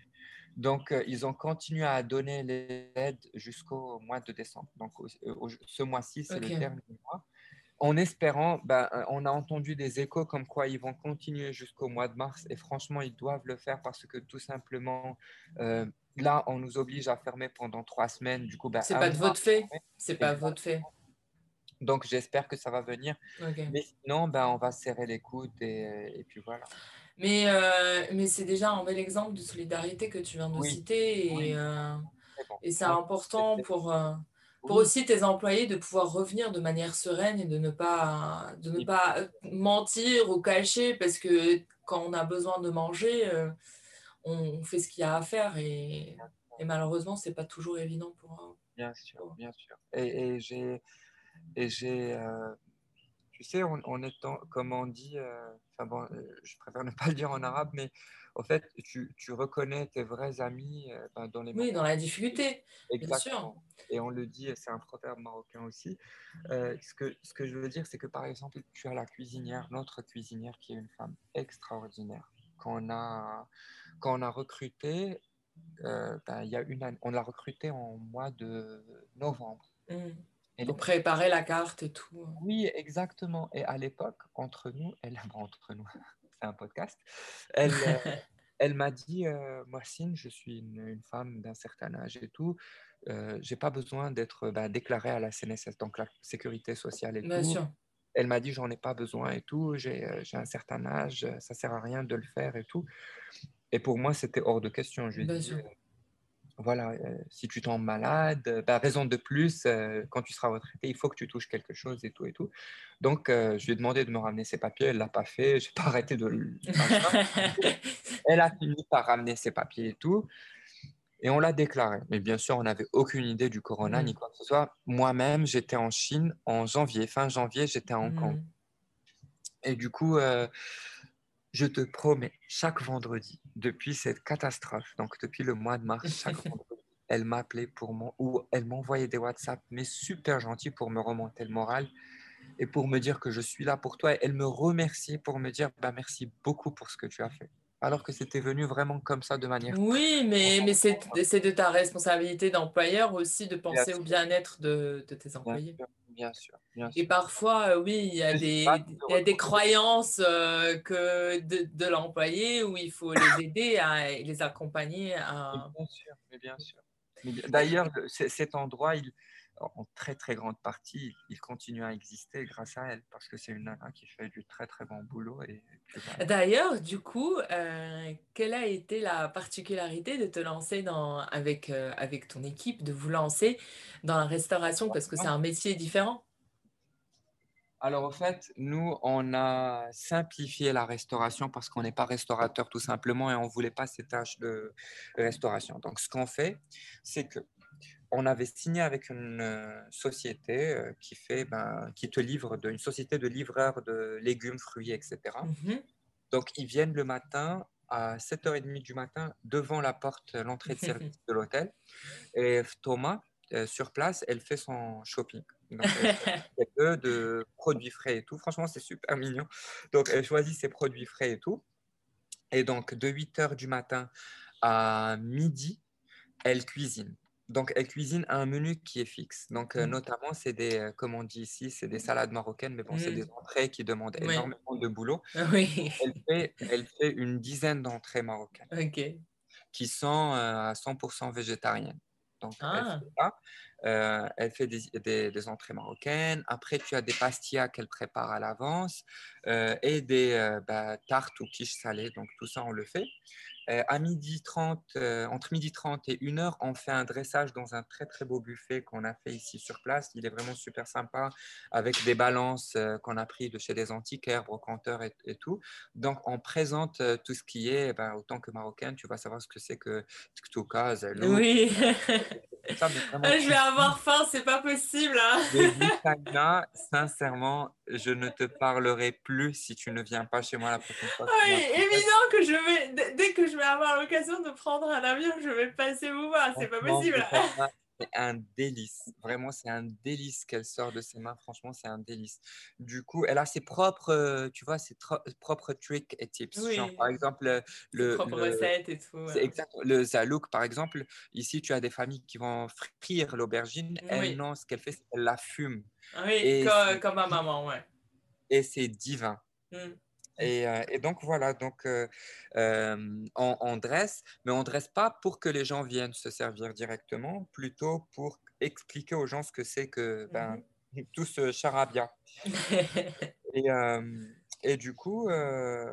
Donc, euh, ils ont continué à donner l'aide jusqu'au mois de décembre. Donc, au- au- ce mois-ci, c'est le Ok. dernier mois. En espérant, ben, euh, on a entendu des échos comme quoi ils vont continuer jusqu'au mois de mars. Et franchement, ils doivent le faire parce que tout simplement, euh, là, on nous oblige à fermer pendant trois semaines. Du coup, ben, C'est un pas de mois. votre fait. C'est pas Exact. votre fait. Donc, j'espère que ça va venir. Ok. Mais sinon, ben, on va serrer les coudes et, et puis voilà. Mais, euh, mais c'est déjà un bel exemple de solidarité que tu viens de Oui, citer et, oui, euh, c'est bon. et c'est Franchement, important c'était- pour, euh, pour oui, aussi tes employés de pouvoir revenir de manière sereine et de ne pas, de ne et pas mentir ou cacher parce que quand on a besoin de manger, euh, on, on fait ce qu'il y a à faire et, et malheureusement, c'est pas toujours évident pour... bien sûr, pour- bien sûr. Et, et j'ai, et j'ai, euh, tu sais, en, en étant, comme on dit, euh, enfin bon, euh, je préfère ne pas le dire en arabe, mais en fait, tu, tu reconnais tes vrais amis euh, ben, dans les Oui, dans moments la difficiles. difficulté, bien sûr. Exactement. Et on le dit, c'est un proverbe marocain aussi. Euh, ce que, ce que je veux dire, c'est que par exemple, tu as la cuisinière, notre cuisinière, qui est une femme extraordinaire. Quand on a, quand on a recruté, euh, ben, il y a une année, on l'a recrutée en mois de novembre. Mm. Elle Pour est préparer la carte et tout. Oui, exactement. Et à l'époque, entre nous, elle, bon, entre nous, c'est un podcast, elle, euh, elle m'a dit, euh, Mohsin, je suis une, une femme d'un certain âge et tout, euh, j'ai pas besoin d'être bah, déclarée à la C N S S, donc la sécurité sociale et Bien tout. sûr. Elle m'a dit, j'en ai pas besoin et tout, j'ai euh, j'ai un certain âge, ça sert à rien de le faire et tout. Et pour moi, c'était hors de question. Je lui ai Bien dit, sûr. voilà, euh, si tu tombes malade, euh, bah, raison de plus, euh, quand tu seras retraité, il faut que tu touches quelque chose et tout et tout. Donc, euh, je lui ai demandé de me ramener ses papiers, elle ne l'a pas fait, je n'ai pas arrêté de le machin. Elle a fini par ramener ses papiers et tout, et on l'a déclaré. Mais bien sûr, on n'avait aucune idée du corona ni Mm. quoi que ce soit. Moi-même, j'étais en Chine en janvier, fin janvier, j'étais à Hong Kong. Mm. Et du coup, euh, je te promets, chaque vendredi, depuis cette catastrophe, donc depuis le mois de mars, chaque vendredi, elle m'appelait pour moi, ou elle m'envoyait des WhatsApp, mais super gentils pour me remonter le moral et pour me dire que je suis là pour toi. Et elle me remerciait pour me dire, bah, merci beaucoup pour ce que tu as fait. Alors que c'était venu vraiment comme ça de manière très Oui, mais, mais c'est, spontanée. c'est de ta responsabilité d'employeur aussi de Bien penser au sûr, bien-être de, de tes bien employés. sûr, bien sûr, bien Et sûr. parfois, euh, oui, il y a Je n'hésite pas des, de te il y a des retrouver. croyances euh, que de, de l'employé où il faut les aider à les accompagner Mais à... bien sûr, mais bien sûr. Mais bien- Et- D'ailleurs, le- c- cet endroit, il, en très très grande partie, il continue à exister grâce à elle, parce que c'est une nana qui fait du très très bon boulot. Et, puis voilà. D'ailleurs, du coup, euh, quelle a été la particularité de te lancer dans, avec, euh, avec ton équipe, de vous lancer dans la restauration parce que c'est un métier différent? Alors, au fait, nous, on a simplifié la restauration parce qu'on n'est pas restaurateur tout simplement et on ne voulait pas ces tâches de restauration. Donc, ce qu'on fait, c'est que on avait signé avec une euh, société euh, qui fait, ben, qui te livre, de, une société de livreurs de légumes, fruits, et cetera. Mhm. Donc, ils viennent le matin à sept heures trente du matin devant la porte, l'entrée de service de l'hôtel. Et Thomas, euh, sur place, elle fait son shopping. Donc, elle choisit peu de produits frais et tout. Franchement, c'est super mignon. Donc, elle choisit ses produits frais et tout. Et donc, de huit heures du matin à midi, elle cuisine. Donc, elle cuisine un menu qui est fixe. Donc, euh, notamment, c'est des, euh, comme on dit ici, c'est des salades marocaines, mais bon, c'est des Mm. entrées qui demandent Oui, énormément de boulot. oui, Elle fait, elle fait une dizaine d'entrées marocaines ok. qui sont euh, à cent pour cent végétariennes. Donc, elle fait Ah, ça. Euh, elle fait des, des- des entrées marocaines. Après, tu as des pastillas qu'elle prépare à l'avance euh, et des euh, bah, tartes ou quiches salées. Donc, tout ça, on le fait. Euh, à midi trente, euh, entre midi trente et une heure, on fait un dressage dans un très très beau buffet qu'on a fait ici sur place. Il est vraiment super sympa avec des balances euh, qu'on a pris de chez des antiquaires, brocanteurs et, et tout. Donc on présente euh, tout ce qui est, eh ben, autant que marocain, tu vas savoir ce que c'est que tuktuka, zalouk, oui. tout ça, mais vraiment Ah, je vais tu avoir faim, c'est pas possible, hein. les Boutaina, sincèrement, je ne te parlerai plus si tu ne viens pas chez moi la prochaine fois que tu Oui, viens. évident que je vais, dès dès que je vais avoir l'occasion de prendre un avion, je vais passer vous voir, c'est pas Franchement, possible. Boutaina, c'est un délice. Vraiment, c'est un délice qu'elle sort de ses mains. Franchement, c'est un délice. Du coup, elle a ses propres, euh, tu vois, ses tro- propres tricks et tips. Genre, par Oui, exemple, le, ses le, propres le- recettes et tout. c'est euh. exact, le zalouk, par exemple. Ici, tu as des familles qui vont frire l'aubergine. Elle, Oui, non, ce qu'elle fait, c'est qu'elle la fume. oui, Et comme, c'est comme ma maman, ouais. et c'est divin. Mm. Et, euh, et donc voilà, donc euh, euh, on, on dresse, mais on dresse pas pour que les gens viennent se servir directement, plutôt pour expliquer aux gens ce que c'est que ben, Mhm. tout ce charabia. Et, euh, et du coup, euh,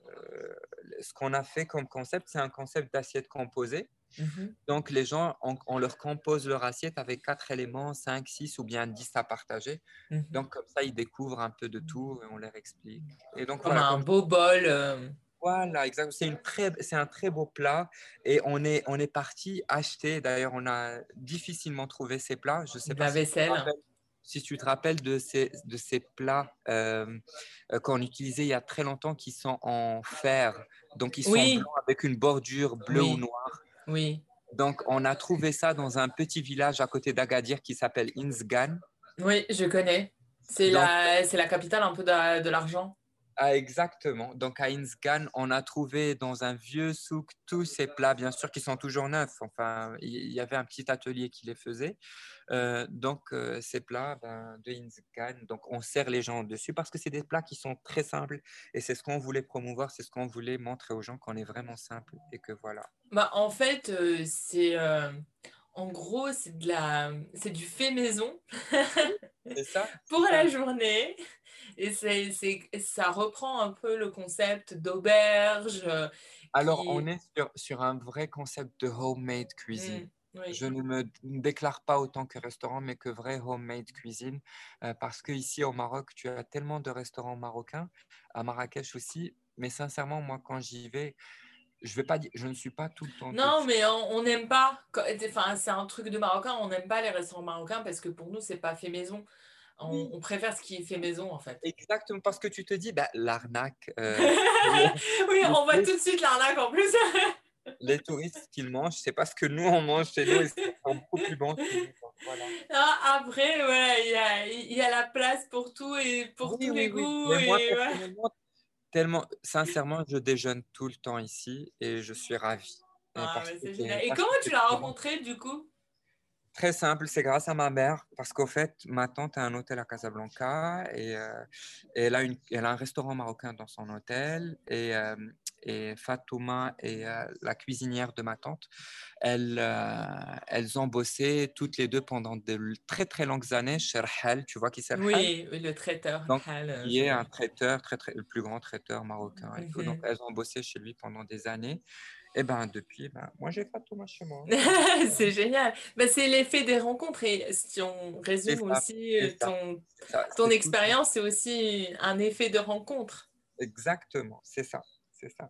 ce qu'on a fait comme concept, c'est un concept d'assiette composée. Mhm. Donc les gens, on, on leur compose leur assiette avec quatre éléments, cinq, six ou bien dix à partager. Mhm. Donc comme ça, ils découvrent un peu de tout et on leur explique. Et donc Comme voilà, un comme beau bol. euh, voilà, exactement. C'est une très, c'est un très beau plat et on est, on est parti acheter. D'ailleurs, on a difficilement trouvé ces plats. Je ne sais de pas la si tu te vaisselle. rappelles, si tu te rappelles de ces, de ces plats euh, euh, qu'on utilisait il y a très longtemps qui sont en fer. Donc, ils sont blancs Oui, avec une bordure bleue ou oui, noire. oui. Donc, on a trouvé ça dans un petit village à côté d'Agadir qui s'appelle Inzgan. Oui, je connais. C'est Donc, la, c'est la capitale un peu de, de l'argent. ah, exactement. Donc, à Inzgan, on a trouvé dans un vieux souk tous ces plats, bien sûr, qui sont toujours neufs. Enfin, il il y avait un petit atelier qui les faisait. Euh, donc, euh, ces plats ben, de Inzgan, donc on sert les gens dessus parce que c'est des plats qui sont très simples et c'est ce qu'on voulait promouvoir, c'est ce qu'on voulait montrer aux gens qu'on est vraiment simple et que voilà. Bah, en fait, euh, c'est euh, en gros, c'est de la, c'est du fait maison C'est ça, c'est pour la ça. journée. Et c'est, c'est, ça reprend un peu le concept d'auberge euh, Alors, on qui. est sur, sur un vrai concept de homemade cuisine. Hmm, oui. Je ne me déclare pas autant que restaurant, mais que vrai homemade cuisine, euh, parce que ici au Maroc, tu as tellement de restaurants marocains, à Marrakech aussi. Mais sincèrement, moi, quand j'y vais, je vais pas dire, je ne suis pas tout le temps Non, dessus. mais on on n'aime pas. quand- Enfin, c'est un truc de Marocain. On n'aime pas les restaurants marocains parce que pour nous, c'est pas fait maison. On, Oui, on préfère ce qui est fait maison, en fait. exactement, parce que tu te dis, bah, l'arnaque, euh, les, Oui, les on voit tout de touristes, suite l'arnaque en plus. les touristes, ce qu'ils mangent, c'est pas ce que nous on mange chez nous et c'est encore beaucoup plus bon chez nous. Donc, voilà. Ah, après, ouais, il y a, il y a la place pour tout et pour Oui, tous oui, les oui. goûts. Mais moi, Et ouais. personnellement, tellement, sincèrement, je déjeune tout le temps ici et je suis ravi. Et Ah, parce mais que c'est génial. c'est Et parce comment que tu c'est l'as très bon. rencontré du coup? Très simple, c'est grâce à ma mère parce qu'au fait, ma tante a un hôtel à Casablanca et, euh, et elle a une, elle a un restaurant marocain dans son hôtel et, euh, et Fatouma est euh, la cuisinière de ma tante. Elles, euh, elles ont bossé toutes les deux pendant de très très longues années chez Rhal, tu vois qui c'est Rhal? Oui, oui, le traiteur Donc, Hal, euh, qui est un je... traiteur, très, très, le plus grand traiteur marocain et tout. Donc, Mhm. elles ont bossé chez lui pendant des années. Et ben depuis, ben, moi, j'ai Fatouma chez moi. C'est génial. Bah, c'est l'effet des rencontres. Et si on C'est résume ça, aussi c'est euh, ça, ton, c'est ça, ton c'est tout. expérience, c'est aussi un effet de rencontre. Exactement, c'est ça, c'est ça.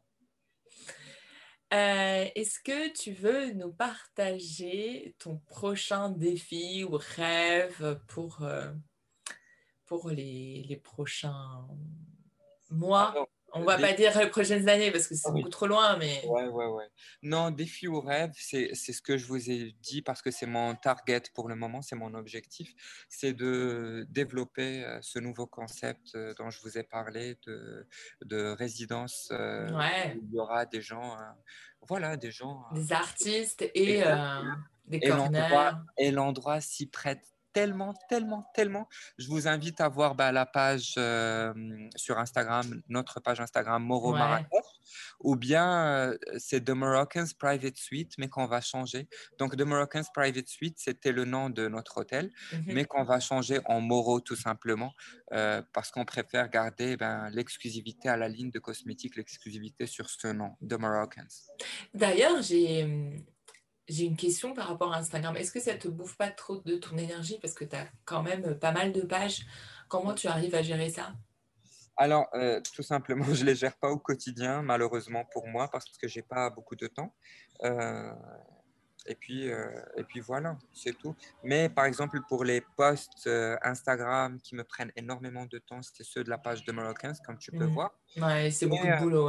Euh, est-ce que tu veux nous partager ton prochain défi ou rêve pour, euh, pour les, les prochains mois? Alors, On va pas défi, dire les prochaines années parce que ah c'est beaucoup oui. trop loin, mais Ouais, ouais, ouais. Non, défi ou rêve, c'est, c'est ce que je vous ai dit parce que c'est mon target pour le moment, c'est mon objectif, c'est de développer euh, ce nouveau concept euh, dont je vous ai parlé de, de résidence euh, ouais, où il y aura des gens, euh, voilà, des gens. des euh, artistes et exact. euh, des Et l'endroit, corners. et l'endroit s'y prête tellement, tellement, tellement. Je vous invite à voir bah, la page euh, sur Instagram, notre page Instagram Moro Ouais. Marrakech, ou bien euh, c'est The Moroccans Private Suite, mais qu'on va changer. Donc The Moroccans Private Suite, c'était le nom de notre hôtel, Mhm. mais qu'on va changer en Moro tout simplement, euh, parce qu'on préfère garder ben, l'exclusivité à la ligne de cosmétiques, l'exclusivité sur ce nom, The Moroccans. D'ailleurs, j'ai hum, j'ai une question par rapport à Instagram. Est-ce que ça te bouffe pas trop de ton énergie parce que tu as quand même pas mal de pages? Comment tu arrives à gérer ça? Alors, euh, tout simplement, je ne les gère pas au quotidien, malheureusement pour moi, parce que j'ai pas beaucoup de temps. Euh, et puis, euh, et puis voilà, c'est tout. Mais par exemple, pour les posts euh, Instagram qui me prennent énormément de temps, c'est ceux de la page de Moroccans, comme tu peux Hmm. voir. Ouais, c'est beaucoup Mais de euh, boulot, ouais.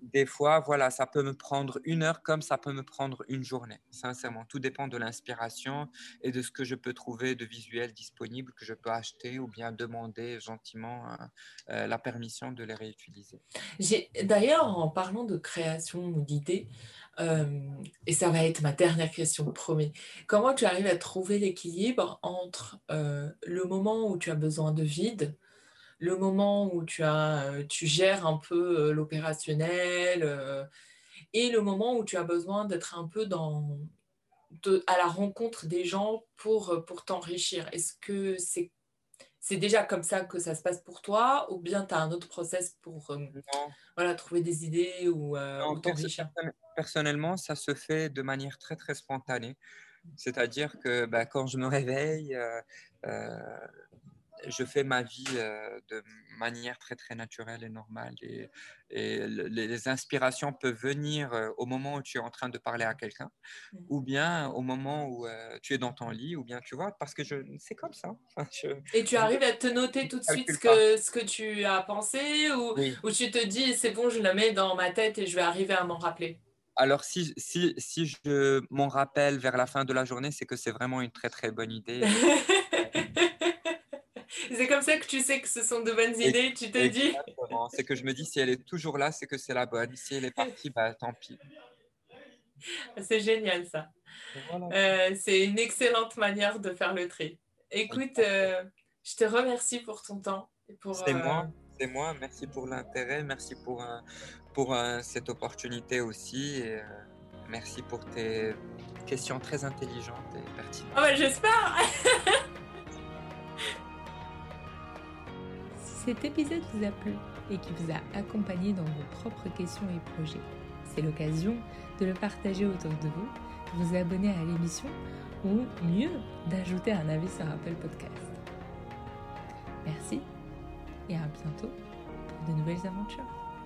des fois, voilà, ça peut me prendre une heure comme ça peut me prendre une journée. Sincèrement, tout dépend de l'inspiration et de ce que je peux trouver de visuels disponibles que je peux acheter ou bien demander gentiment euh, euh, la permission de les réutiliser. J'ai, d'ailleurs, en parlant de création ou d'idées, euh, et ça va être ma dernière question, promis, comment tu arrives à trouver l'équilibre entre euh, le moment où tu as besoin de vide, le moment où tu as, euh, tu gères un peu euh, l'opérationnel, euh, et le moment où tu as besoin d'être un peu dans, de- à la rencontre des gens pour, euh, pour t'enrichir. Est-ce que c'est, c'est déjà comme ça que ça se passe pour toi, ou bien tu as un autre process pour euh, Non, voilà, trouver des idées ou, euh, non, ou perso- t'enrichir? perso- personnellement, ça se fait de manière très très spontanée. C'est-à-dire que bah, quand je me réveille, euh, euh, je fais ma vie euh, de manière très très naturelle et normale et, et le- les inspirations peuvent venir euh, au moment où tu es en train de parler à quelqu'un ou bien au moment où euh, tu es dans ton lit ou bien tu vois parce que je c'est comme ça. Enfin, je Et tu je arrives à te noter tout de ne suite ce calcule pas. que, ce que tu as pensé, ou, Oui. ou tu te dis c'est bon, je le mets dans ma tête et je vais arriver à m'en rappeler? Alors si si si je m'en rappelle vers la fin de la journée, c'est que c'est vraiment une très très bonne idée. C'est comme ça que tu sais que ce sont de bonnes Et- idées, tu te dis. Exactement. C'est que je me dis si elle est toujours là, c'est que c'est la bonne. Si elle est partie, bah tant pis. C'est génial ça. Voilà. Euh, c'est une excellente manière de faire le tri. Écoute, euh, je te remercie pour ton temps et pour, C'est euh, moi, c'est moi. Merci pour l'intérêt, merci pour, euh, pour euh, cette opportunité aussi. Et, euh, merci pour tes questions très intelligentes et pertinentes. Ah bah, j'espère. Si cet épisode vous a plu et qui vous a accompagné dans vos propres questions et projets, c'est l'occasion de le partager autour de vous, de vous abonner à l'émission ou mieux, d'ajouter un avis sur Apple Podcast. Merci et à bientôt pour de nouvelles aventures.